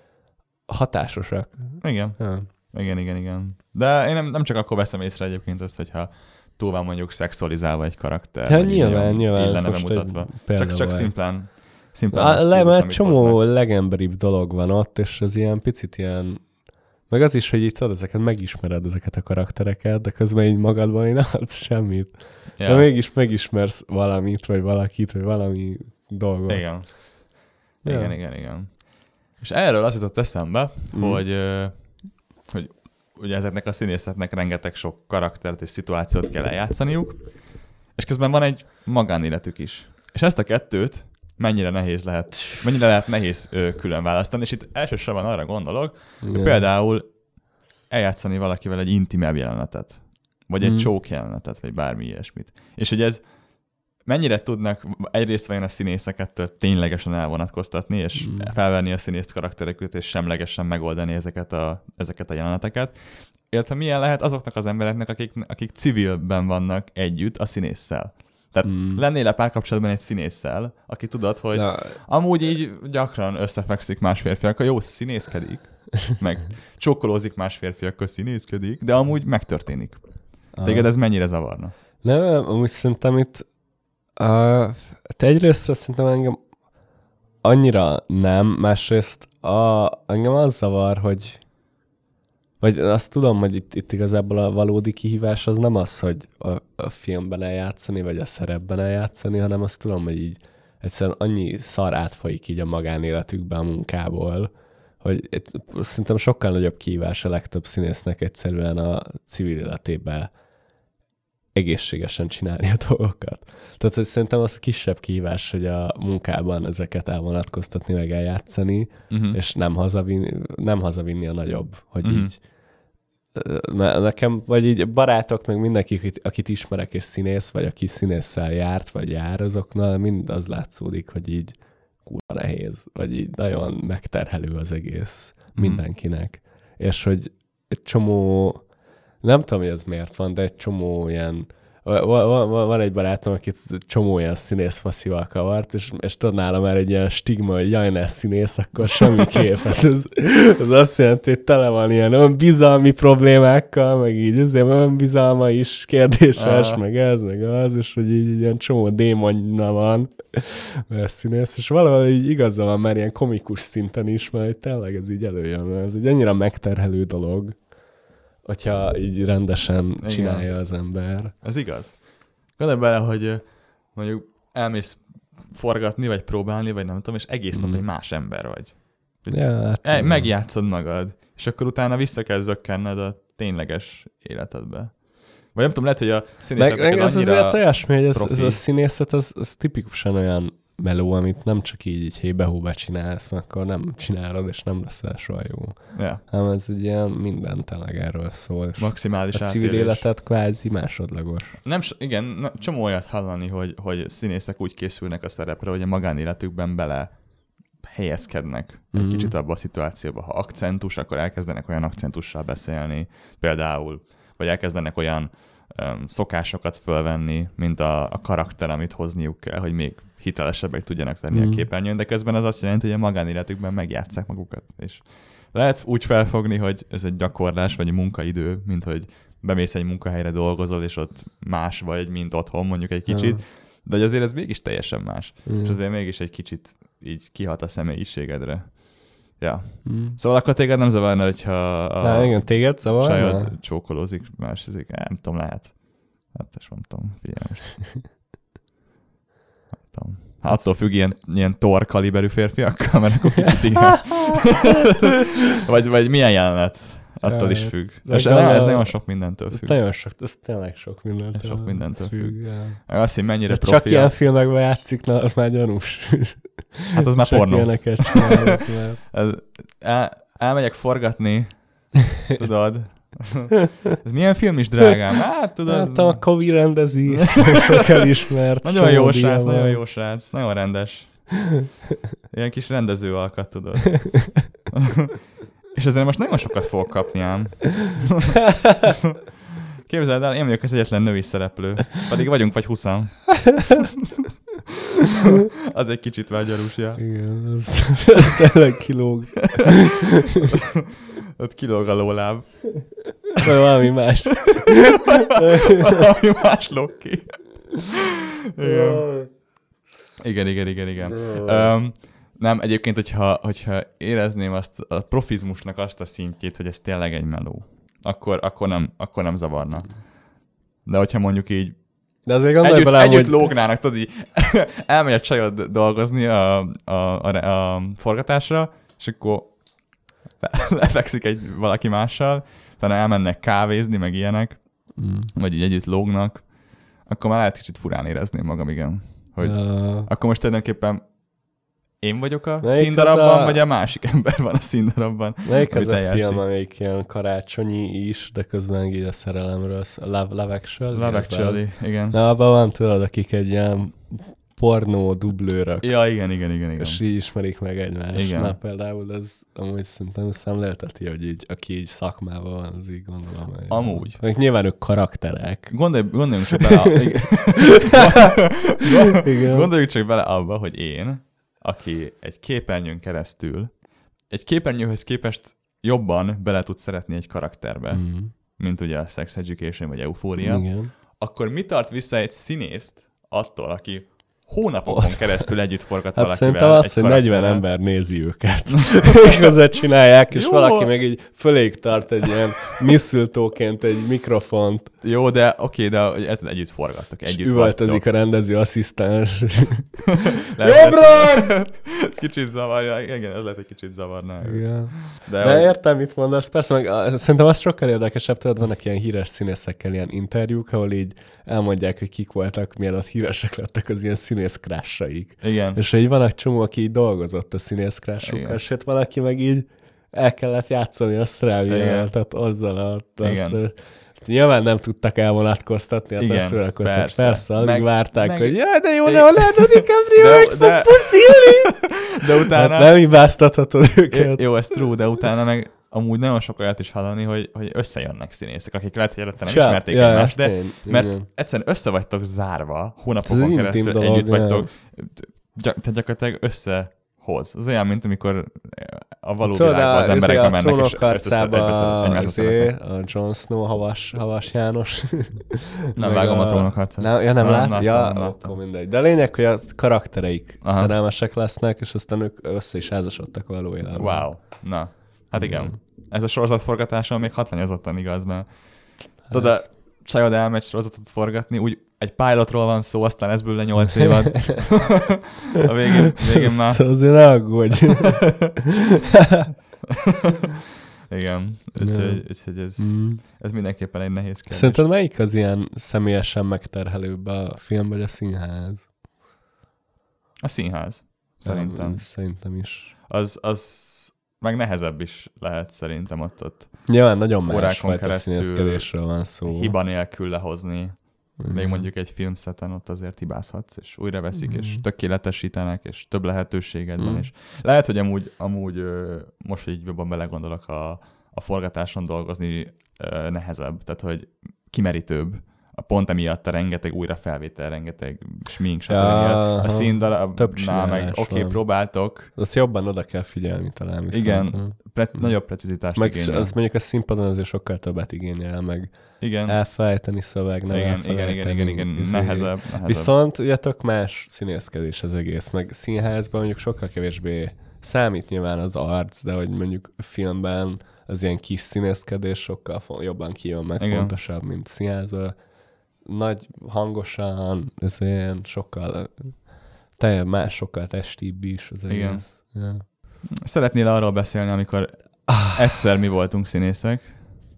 hatásosak. Igen. Ja. Igen, igen, igen. De én nem, nem csak akkor veszem észre egyébként azt, hogyha túl van mondjuk szexualizálva egy karakter. Hát vagy így nyilván, nagyon nyilván, így ez lenne most bemutatva. egy példa Csak, csak volt. szimplán, szimplán A, a le, stílus, mert amit csomó hoznak. legemberibb dolog van ott, és ez ilyen picit ilyen, meg az is, hogy itt tudod, ezeket megismered, ezeket a karaktereket, de közben így magadban így nem adsz semmit. Ja. De mégis megismersz valamit, vagy valakit, vagy valami dolgot. Igen. Ja. Igen, igen, igen. És erről az jutott eszembe, Mm. hogy, ö, hogy ugye ezeknek a színészeknek rengeteg sok karaktert és szituációt kell eljátszaniuk, és közben van egy magánéletük is. És ezt a kettőt mennyire nehéz lehet, mennyire lehet nehéz ö, külön választani, és itt elsősorban arra gondolok, hogy Igen. például eljátszani valakivel egy intimebb jelenetet, vagy egy Mm. csók jelenetet, vagy bármi ilyesmit. És hogy ez mennyire tudnak egyrészt vajon a színészeket ténylegesen elvonatkoztatni, és Mm. felvenni a színész karaktereket, és semlegesen megoldani ezeket a, ezeket a jeleneteket. Illetve milyen lehet azoknak az embereknek, akik, akik civilben vannak együtt a színésszel. Tehát Mm. lennél-e párkapcsolatban egy színésszel, aki tudod, hogy Na, amúgy így gyakran összefekszik más férfiakkal, jó, színészkedik, meg csókolózik más férfiakkal, színészkedik, de amúgy megtörténik. Téged ez mennyire zavarna? Nem, amúgy szerintem itt uh, te egyrésztről szerintem engem annyira nem, másrészt a, engem az zavar, hogy vagy azt tudom, hogy itt, itt igazából a valódi kihívás az nem az, hogy a, a filmben eljátszani, vagy a szerepben eljátszani, hanem azt tudom, hogy így egyszerűen annyi szar átfolyik így a magánéletükbe a munkából, hogy szerintem sokkal nagyobb kihívás a legtöbb színésznek egyszerűen a civil életében egészségesen csinálni a dolgokat. Tehát hogy szerintem az a kisebb kihívás, hogy a munkában ezeket elvonatkoztatni, meg eljátszani, uh-huh. és nem hazavinni, nem hazavinni a nagyobb, hogy uh-huh. így nekem, vagy így barátok, meg mindenki, akit, akit ismerek és színész, vagy aki színésszel járt, vagy jár, azoknál mind az látszódik, hogy így kurva nehéz, vagy így nagyon megterhelő az egész mindenkinek. Mm. És hogy egy csomó, nem tudom, hogy ez miért van, de egy csomó ilyen, van egy barátom, akit egy csomó ilyen színész faszival kavart, és, és tudod nálam már egy ilyen stigma, hogy jaj, ne színész, akkor semmi kép. Hát ez, ez azt jelenti, hogy tele van ilyen önbizalmi problémákkal, meg így azért önbizalma is kérdéses, ah. meg ez, meg az, és hogy így ilyen csomó démonja van, mert színész, és valahol így igaza van már ilyen komikus szinten is, mert tényleg ez így előjön, ez egy annyira megterhelő dolog, hogyha így rendesen igen. csinálja az ember. Ez igaz. Gondolj bele, hogy mondjuk elmész forgatni, vagy próbálni, vagy nem tudom, és egész nap mm. egy más ember vagy. Ja, hát El, megjátszod magad, és akkor utána vissza kell zökkenned a tényleges életedbe. Vagy nem tudom, lehet, hogy a színészetek meg, meg ez annyira azért olyasmi, hogy ez, ez a színészet, az, az tipikusan olyan meló, amit nem csak így, így hébe-hóba csinálsz, mert akkor nem csinálod, és nem leszel soha jó. Ja. Hanem ez egy ilyen minden tényleg erről szól. Maximális átélés. A civil életet kvázi másodlagos. Nem, igen, na, csomó olyat hallani, hogy, hogy színészek úgy készülnek a szerepre, hogy a magánéletükben bele helyezkednek mm. egy kicsit abba a szituációba. Ha akcentus, akkor elkezdenek olyan akcentussal beszélni, például, vagy elkezdenek olyan um, szokásokat fölvenni, mint a, a karakter, amit hozniuk kell, hogy még hitelesebbek tudjanak lenni mm. a képernyőn, de közben az azt jelenti, hogy a magánéletükben megjátsszák magukat. És lehet úgy felfogni, hogy ez egy gyakorlás, vagy egy munkaidő, mint hogy bemész egy munkahelyre, dolgozol, és ott más vagy, mint otthon mondjuk egy kicsit, ja. de hogy azért ez mégis teljesen más. Mm. És azért mégis egy kicsit így kihat a személyiségedre. Ja. Mm. Szóval akkor téged nem zavarna, hogyha a Na, igen, téged zavarna? sajad csókolózik, másizik, nem tudom, lehet. Hát és nem tudom, figyelj most. Nem tudom. Hát attól függ ilyen, ilyen Thor kaliberű férfiakkal, mert akkor kicsit igen. vagy, vagy milyen jelenet? Attól ja, is függ. Ez, nem, ez nagyon sok mindentől függ. Nagyon sok, ez tényleg sok mindentől Sok mindentől függ. függ. Ja. Azt, hogy mennyire de profi. Csak ilyen filmekben játszik, na, az már gyanús. Hát az már csak pornó. Ilyeneket csinál, az már... ez, el, elmegyek forgatni, tudod. Ez milyen film is, drágám? Hát tudod. Hát a Kovi rendezi, sok elismert. Nagyon jó srác, van. nagyon jó srác, nagyon rendes. Ilyen kis rendező alkat, tudod. És ezzel most nagyon sokat fogok kapni ám. Képzeld el, én vagyok az egyetlen női szereplő. Pedig vagyunk vagy huszan. Az egy kicsit vágyarúsja. Igen, az, az tényleg kilóg. Ott kilóg a lóláb. Vagy valami más. Valami más lóg ki. Igen. Igen, igen, igen, igen. Um, nem, egyébként, hogyha, hogyha érezném azt a profizmusnak azt a szintjét, hogy ez tényleg egy meló, akkor, akkor, nem, akkor nem zavarna. De hogyha mondjuk így de azért gondolj együtt, belám, együtt hogy... lógnának, tudod így, elmegy a csajod dolgozni a, a, a, a forgatásra, és akkor lefekszik egy valaki mással, utána elmennek kávézni, meg ilyenek, mm. vagy így együtt lógnak, akkor már lehet kicsit furán érezném magam, igen. Hogy uh... akkor most tulajdonképpen én vagyok a melyik színdarabban, a... vagy a másik ember van a színdarabban. Melyik az a film, amelyik ilyen karácsonyi is, de közben így a szerelemről, Love, Love Actually? Love Actually, igen. Na, abban van, tudod, akik egy ilyen pornó dublőrök. Ja, igen, igen, igen, igen. És így ismerik meg egymást. Igen. Na, például ez amúgy szerintem szemlélteti, hogy így, aki így szakmában van, az így gondolom. Amúgy. Még nyilván ők karakterek. Gondolj, gondoljunk csak bele a... igen. Gondoljunk csak bele abba, hogy én, aki egy képernyőn keresztül, egy képernyőhöz képest jobban bele tud szeretni egy karakterbe, mm. mint ugye a Sex Education vagy Euphoria, igen. Akkor mi tart vissza egy színészt attól, aki hónapokon Ott. keresztül együtt forgat hát valakivel. Szerintem az, hogy negyven ember nézi őket. Között csinálják, és jó. Valaki meg így föléig tart egy ilyen misszültóként egy mikrofont. Jó, de oké, de együtt forgattok. Együtt üvöltözik a rendező asszisztens. Jobbra! Ez kicsit zavarja. Igen, ez lehet egy kicsit zavarná. De, de hogy... értem, mit mondasz. Persze, meg szerintem az sokkal érdekesebb, tudod, vannak ilyen híres színészekkel ilyen interjúk, ahol így elmondják, hogy kik voltak, mielőtt híresek lettek az ilyen színész crushaik. Igen. És így van egy csomó, aki így dolgozott a színész crushokkal, sőt valaki meg így el kellett játszani a sztráviával, tehát azzal a... Tehát, nyilván nem tudtak elvonatkoztatni, hát igen, szórakoztat. Persze, persze alig meg, várták, meg, hogy jaj, de jó, de Leonardo DiCaprio meg fog puszilni! De utána... Hát nem hibáztathatod őket. Jó, ez true, de utána meg amúgy nagyon sok olyat is hallani, hogy, hogy összejönnek színészek, akik lehet, hogy előtte nem Csá, ismerték ja, egymást, de én, mert igen. egyszerűen össze vagytok zárva, hónapokon keresztül dolog, együtt ja. vagytok, tehát gyakorlatilag összehoz. Az olyan, mint amikor a való Tudod, világban az emberek nem mennek, és összeszednek. A Jon Snow, Havas, Havas János. Nem vágom a, a trónok harcát. Nem, ja, nem, nem lát? Ja, nem akkor mindegy. De a lényeg, hogy a karaktereik Aha. szerelmesek lesznek, és aztán ők össze is házasodtak valójában. Wow. Na. Hát igen. igen. Ez a sorozatforgatása még hatványozottan igaz, mert hát. Tudod, a csajod elmegy sorozatot forgatni, úgy egy pilotról van szó, aztán ez bőle nyolc évad. A végén, végén már... Ezt azért ne aggódj. Igen. Úgyhogy, úgyhogy ez, mm. ez mindenképpen egy nehéz kérdés. Szerinted melyik az ilyen személyesen megterhelőbb, a film vagy a színház? A színház. Szerintem. Nem, szerintem is. Az... az meg nehezebb is lehet szerintem ott, ott nyilván nagyon más fajta színészkedésről van szó. Hiba nélkül lehozni. Mm. Még mondjuk egy filmszeten ott azért hibázhatsz, és újra veszik, mm. és tökéletesítenek, és több lehetőséged van. Mm. És lehet, hogy amúgy, amúgy most így jobban belegondolok, a, a forgatáson dolgozni nehezebb. Tehát, hogy kimerítőbb. Pont emiatt a rengeteg újra felvétel, rengeteg smink, stb. Ja, a színdarabnál meg oké, okay, próbáltok. Azt jobban oda kell figyelni talán. Viszont. Igen, pre- hmm. nagyobb precizitást meg igényel. Az mondjuk a színpadon azért sokkal többet igényel, meg igen. elfelejteni szöveg, nem igen, elfelejteni. Igen, igen, igen, igen. Nehezebb, nehezebb. Viszont ugye tök más színészkedés az egész, meg színházban mondjuk sokkal kevésbé számít nyilván az arc, de hogy mondjuk filmben az ilyen kis színészkedés sokkal jobban kijön, meg igen. fontosabb, mint színházban. Nagy hangosan, ez ilyen sokkal, teljesen más, sokkal testibb is az egész. Ja. Szeretnél arról beszélni, amikor ah. egyszer mi voltunk színészek?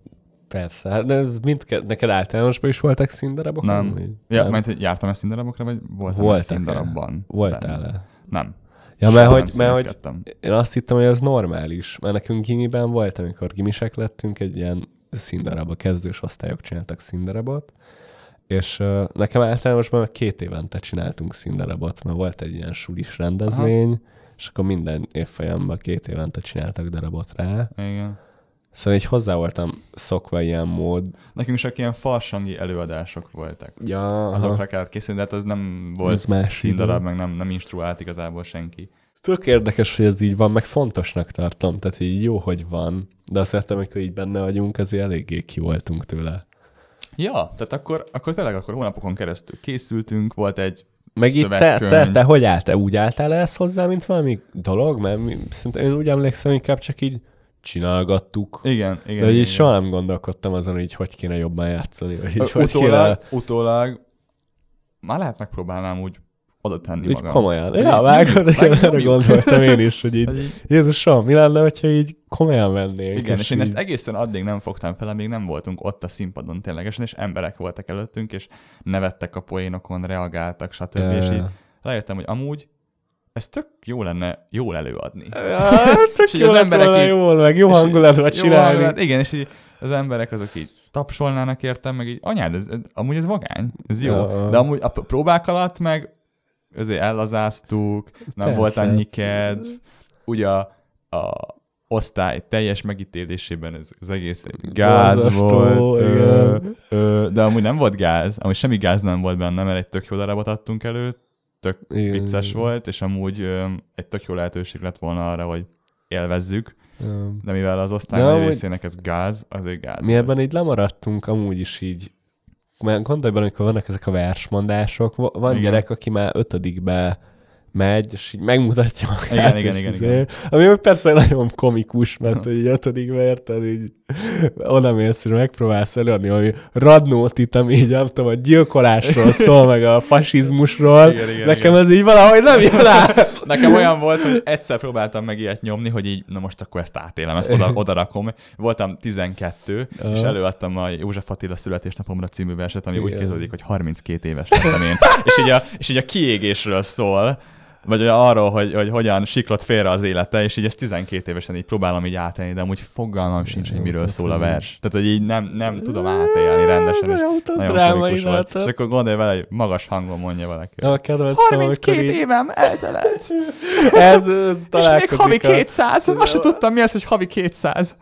Persze, de mindke- neked általánosban is voltak színdarabok? Nem. Nem. Ja, mert hogy jártam-e színdarabokra, vagy voltam a színdarabban? Voltál-e? Nem. Ja, mert hogy, mert hogy én azt hittem, hogy ez normális, mert nekünk gimiben volt, amikor gimisek lettünk, egy ilyen színdarabba, kezdős osztályok csináltak színdarabot, és uh, nekem általánosban két évente csináltunk színdarabot, mert volt egy ilyen sulis rendezvény, aha. és akkor minden évfolyamban két évente csináltak darabot rá. Igen. Szóval így hozzá voltam szokva ilyen mód. Nekünk csak ilyen farsangi előadások voltak. Ja, azokra kellett készülni, de hát az nem volt színdarab, meg nem, nem instruált igazából senki. Tök érdekes, hogy ez így van, meg fontosnak tartom, tehát így jó, hogy van, de azt értem, amikor így benne vagyunk, azért eléggé ki voltunk tőle. Ja, tehát akkor, akkor tényleg akkor hónapokon keresztül készültünk, volt egy meg itt te, te, te hogy álltál? Úgy álltál ezt hozzá, mint valami dolog? Mert mi, szerintem én úgy emlékszem, inkább csak így csinálgattuk. Igen, igen. De így igen. soha nem gondolkodtam azon, hogy hogy kéne jobban játszani. Vagy így, hogy utólag, kéne... utólag már lehet megpróbálnám úgy oda tenni így magam. Komolyan. Ja, vágod, erre gondoltam én is, hogy így Jézusom, mi lenne, hogyha így komolyan vennénk. Igen, és, és én így... ezt egészen addig nem fogtam fel, amíg nem voltunk ott a színpadon ténylegesen, és emberek voltak előttünk, és nevettek a poénokon, reagáltak, stb. E... És így rájöttem, hogy amúgy ez tök jó lenne jól előadni. Ja, tök jó lett volna jól, meg jó hangulatba csinálni. Hangulat, igen, és így az emberek azok így tapsolnának értem, meg így anyád, ez, amúgy ez vagány, ez jó. Ja. De amúgy a próbák alatt meg azért ellazáztuk, nem persze. Volt annyi kedv. Ugye a, a osztály teljes megítélésében ez az egész gáz Gázasztó, volt. Ö, ö, de amúgy nem volt gáz, amúgy semmi gáz nem volt benne, mert egy tök jó darabot adtunk elő, tök igen, vicces igen. volt, és amúgy ö, egy tök jó lehetőség lett volna arra, hogy élvezzük. Um, de mivel az osztály nagy részének ez gáz, azért gáz. Mi ebben így lemaradtunk amúgy is így mert gondolj bele, amikor vannak ezek a versmondások, van igen. gyerek, aki már ötödikbe megy, és így megmutatja magát. Igen, igen, igen, izé, igen. Ami persze nagyon komikus, mert így ötödikbe érted, így oda mész, és megpróbálsz előadni valami Radnótit, ami így nem tudom, a gyilkolásról szól, meg a fasizmusról. Igen, igen, Nekem igen. ez így valahogy nem jön át. Nekem olyan volt, hogy egyszer próbáltam meg ilyet nyomni, hogy így, na most akkor ezt átélem, ezt oda, oda rakom. Voltam tizenkettő, uh. és előadtam a József Attila születésnapomra című verset, ami igen. úgy kezdődik, hogy harminckét éves lettem én. és, így a, és így a kiégésről szól, vagy arról, hogy, hogy hogyan siklott félre az élete, és így ezt tizenkét évesen így próbálom így átélni, de amúgy fogalmam sincs, hogy miről szól a vers. Tehát, hogy így nem, nem tudom átélni rendesen, és nagyon komikus volt. És akkor gondolj vele, hogy magas hangon mondja valaki. harminckét évem eltelett. ez, ez és még havi kétszáz. Azt sem tudtam, mi az, hogy havi kétszáz.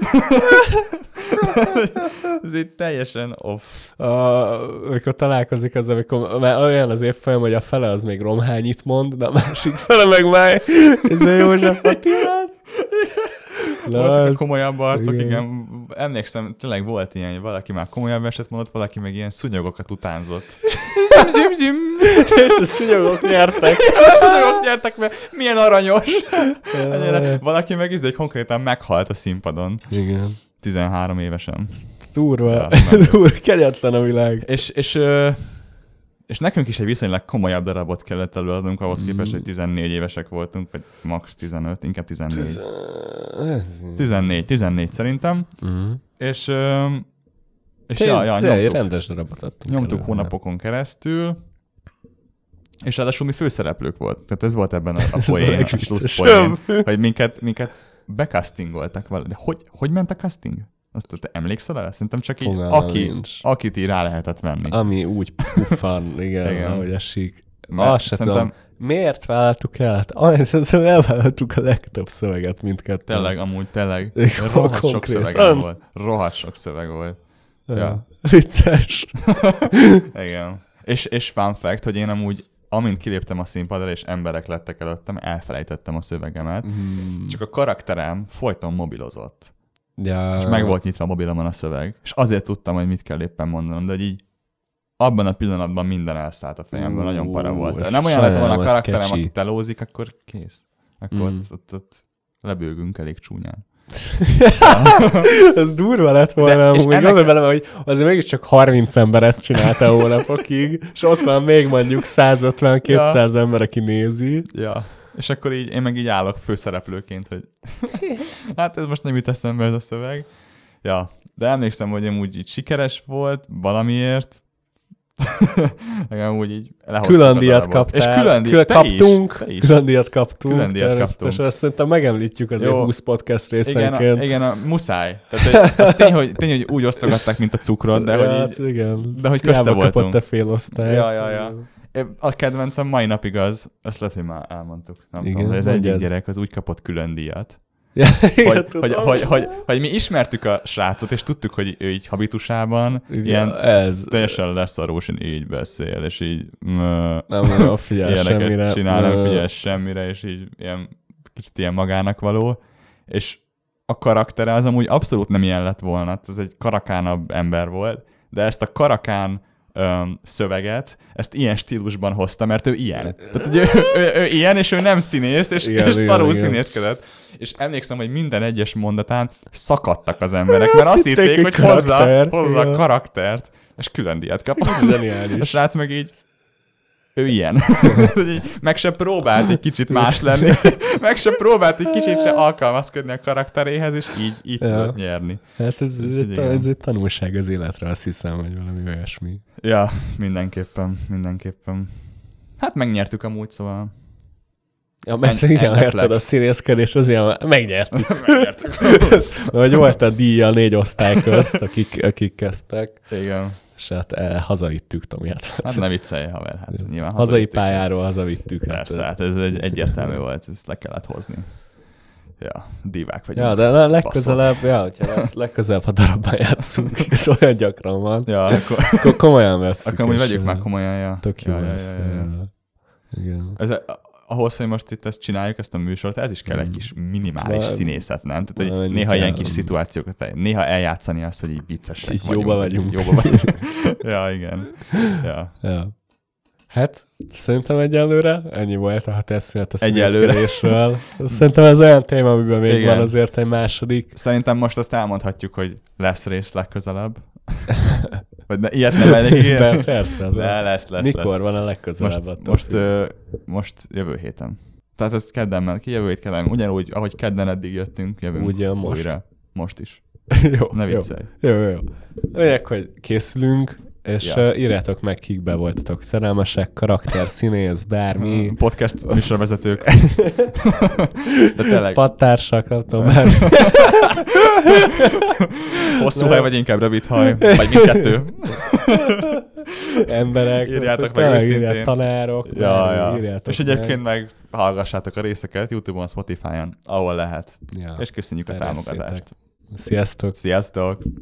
Ez így teljesen off. Amikor találkozik az, amikor már olyan az évfolyam, hogy a fele az még romhányit mond, de a másik fele meg már ez a József Attilát. Voltak a komolyabb arcok, igen. igen. Emlékszem, tényleg volt ilyen, hogy valaki már komolyabb eset mondott, valaki meg ilyen szúnyogokat utánzott. Zim, zim, zim. És a szúnyogok nyertek. És a szúnyogok nyertek, mert milyen aranyos. Valaki meg így konkrétan meghalt a színpadon. Igen. tizenhárom évesen. Durva. Ja, Durva, kegyetlen a világ. És, és, és nekünk is egy viszonylag komolyabb darabot kellett előadnunk, ahhoz mm. képest, hogy tizennégy évesek voltunk, vagy max. tizenöt, inkább tizennégy. tizennégy, tizennégy szerintem. Mm. És, és Té, ja, ja, nyomtuk, rendes darabot adtunk. Nyomtuk elő, hónapokon keresztül, és ráadásul mi főszereplők volt. Tehát ez volt ebben a, a poén, a slusz poén, hogy minket, minket becastingoltak valahogy. De hogy, hogy ment a casting? Azt te emlékszel el? Szerintem csak így, aki, akit így rá lehetett venni. Ami úgy puffan, igen, igen. ahogy esik. Azt se tudom, miért vállaltuk el? Hát, elvállaltuk a legtöbb szöveget mindkettőn. Tényleg, amúgy tényleg. Rohadt sok szövegem volt. Rohadt sok szöveg volt. Ja. ja. Vicces. Igen. És, és fun fact, hogy én amúgy amint kiléptem a színpadra, és emberek lettek előttem, elfelejtettem a szövegemet. Mm. Csak a karakterem folyton mobilozott. Ja. És meg volt nyitva a mobilomon a szöveg. És azért tudtam, hogy mit kell éppen mondanom, de így abban a pillanatban minden elszállt a fejemből, uh, nagyon para volt. Nem olyan lett volna a karakterem, sketchy. Aki telózik, akkor kész. Akkor mm. ott, ott, ott lebőgünk elég csúnyán. Ez durva lett volna, amúgy ennek... gondolj bele, hogy azért mégiscsak harminc ember ezt csinálta hónapokig, és ott van még mondjuk száz ötven-kétszáz ja. ember, aki nézi. Ja. És akkor így, én meg így állok főszereplőként, hogy hát ez most nem jut eszembe ez a szöveg. Ja, de emlékszem, hogy amúgy így sikeres volt valamiért, meg úgy így lehoztuk külön díjat kaptál. És külön díjat Kül- kaptunk. Is, külön díjat kaptunk. Külön díjat kaptunk. És azt szerintem megemlítjük azért húsz podcast részenként. Igen, a, igen a, muszáj. Tehát, az tény, hogy, tény, hogy úgy osztogatták, mint a cukrot, de ja, hogy így, igen. de hogy közte voltunk. Kapott a fél osztály. Ja, ja, ja. A kedvencem mai napig az, ezt lehet, hogy már elmondtuk. Nem igen, tudom, de ez egyik gyerek az úgy kapott külön díjat. Ja, igen, hogy, hogy, hogy, hogy, hogy mi ismertük a srácot, és tudtuk, hogy ő így habitusában igen, ilyen ez, teljesen leszarósan így beszél, és így mö, nem figyel semmire. Csinál, nem figyel semmire, és így ilyen, kicsit ilyen magának való. És a karaktere az amúgy abszolút nem ilyen lett volna. Ez egy karakánabb ember volt, de ezt a karakán Öm, szöveget, ezt ilyen stílusban hozta, mert ő ilyen. Tehát, hogy ő, ő, ő ilyen, és ő nem színész, és, igen, és igen, szarul igen. színészkedett. És emlékszem, hogy minden egyes mondatán szakadtak az emberek, mert azt, azt hitték, hogy hozza, hozza a karaktert, és külön díjat kapott. A srác meg így ő ilyen. Meg se próbált egy kicsit más lenni, meg se próbált egy kicsit se alkalmazkodni a karakteréhez, és így, így ja. tudott nyerni. Hát ez, ez, egy, ez egy tanulság az életre, azt hiszem, hogy valami olyasmi. Ja, mindenképpen, mindenképpen. Hát megnyertük amúgy, szóval... Ja, mert en, igen, érted a színészkedés, azért megnyertük. megnyertük. Hogy volt a díj a négy osztály közt, akik, akik kezdtek. Igen. És hát eh, hazavittük Tomiát. Hát ne viccelj, haver. Hát nyilván hazai pályáról hazavittük. Persze, hát, hát ez egy egyértelmű volt, ezt le kellett hozni. Ja, divák vagyunk. Ja, de legközelebb, ja, hogyha lesz, legközelebb, ha darabban játszunk, olyan gyakran van. Ja, akkor, akkor komolyan veszünk. Akkor úgy vegyük már komolyan, ja. Tök jó ja, lesz. Ja, ja, ja. Igen. Ez, ahhoz, hogy most itt ezt csináljuk, ezt a műsort, ez is kell egy kis minimális Val- színészet, nem? Tehát, hogy Valami néha kell. ilyen kis szituációkat, néha eljátszani azt, hogy így viccesek Így vagyunk. jóba vagyunk. Jóba vagyunk. Ja, igen. Ja. Ja. Hát, szerintem egyelőre ennyi volt a határszünet a Egyelőre. színészkedésről. Szerintem ez olyan téma, amiben még Igen. van azért egy második. Szerintem most azt elmondhatjuk, hogy lesz rész legközelebb. Vagy ne, ilyet nem elég De persze. De lesz, lesz, Mikor lesz. van a legközelebb? Most, attól most, függ. ö, most jövő héten. Tehát ezt kedden ment ki, jövő hét kedden. Ugyanúgy, ahogy kedden eddig jöttünk, jövünk Úgy jön most. újra. Most is. jó, Ne jó, viccelj. jó, jó. Lényeg, hogy készülünk, és Ja. ja. írjátok meg, kikbe voltatok szerelmesek, karakter, színész, bármi, Podcast műsorvezetők. De tényleg. pattársak, nem tudom, bármi. Hosszú haj, vagy inkább rövid haj, vagy mindkettő. Emberek, Írjátok meg tényleg őszintén. írját, tanárok, Ja, bármi, ja. írjátok És egyébként meg hallgassátok a részeket YouTube-on, Spotify-on, ahol lehet. meg. Ja. És köszönjük a Terjesszétek. támogatást. Sziasztok! Sziasztok!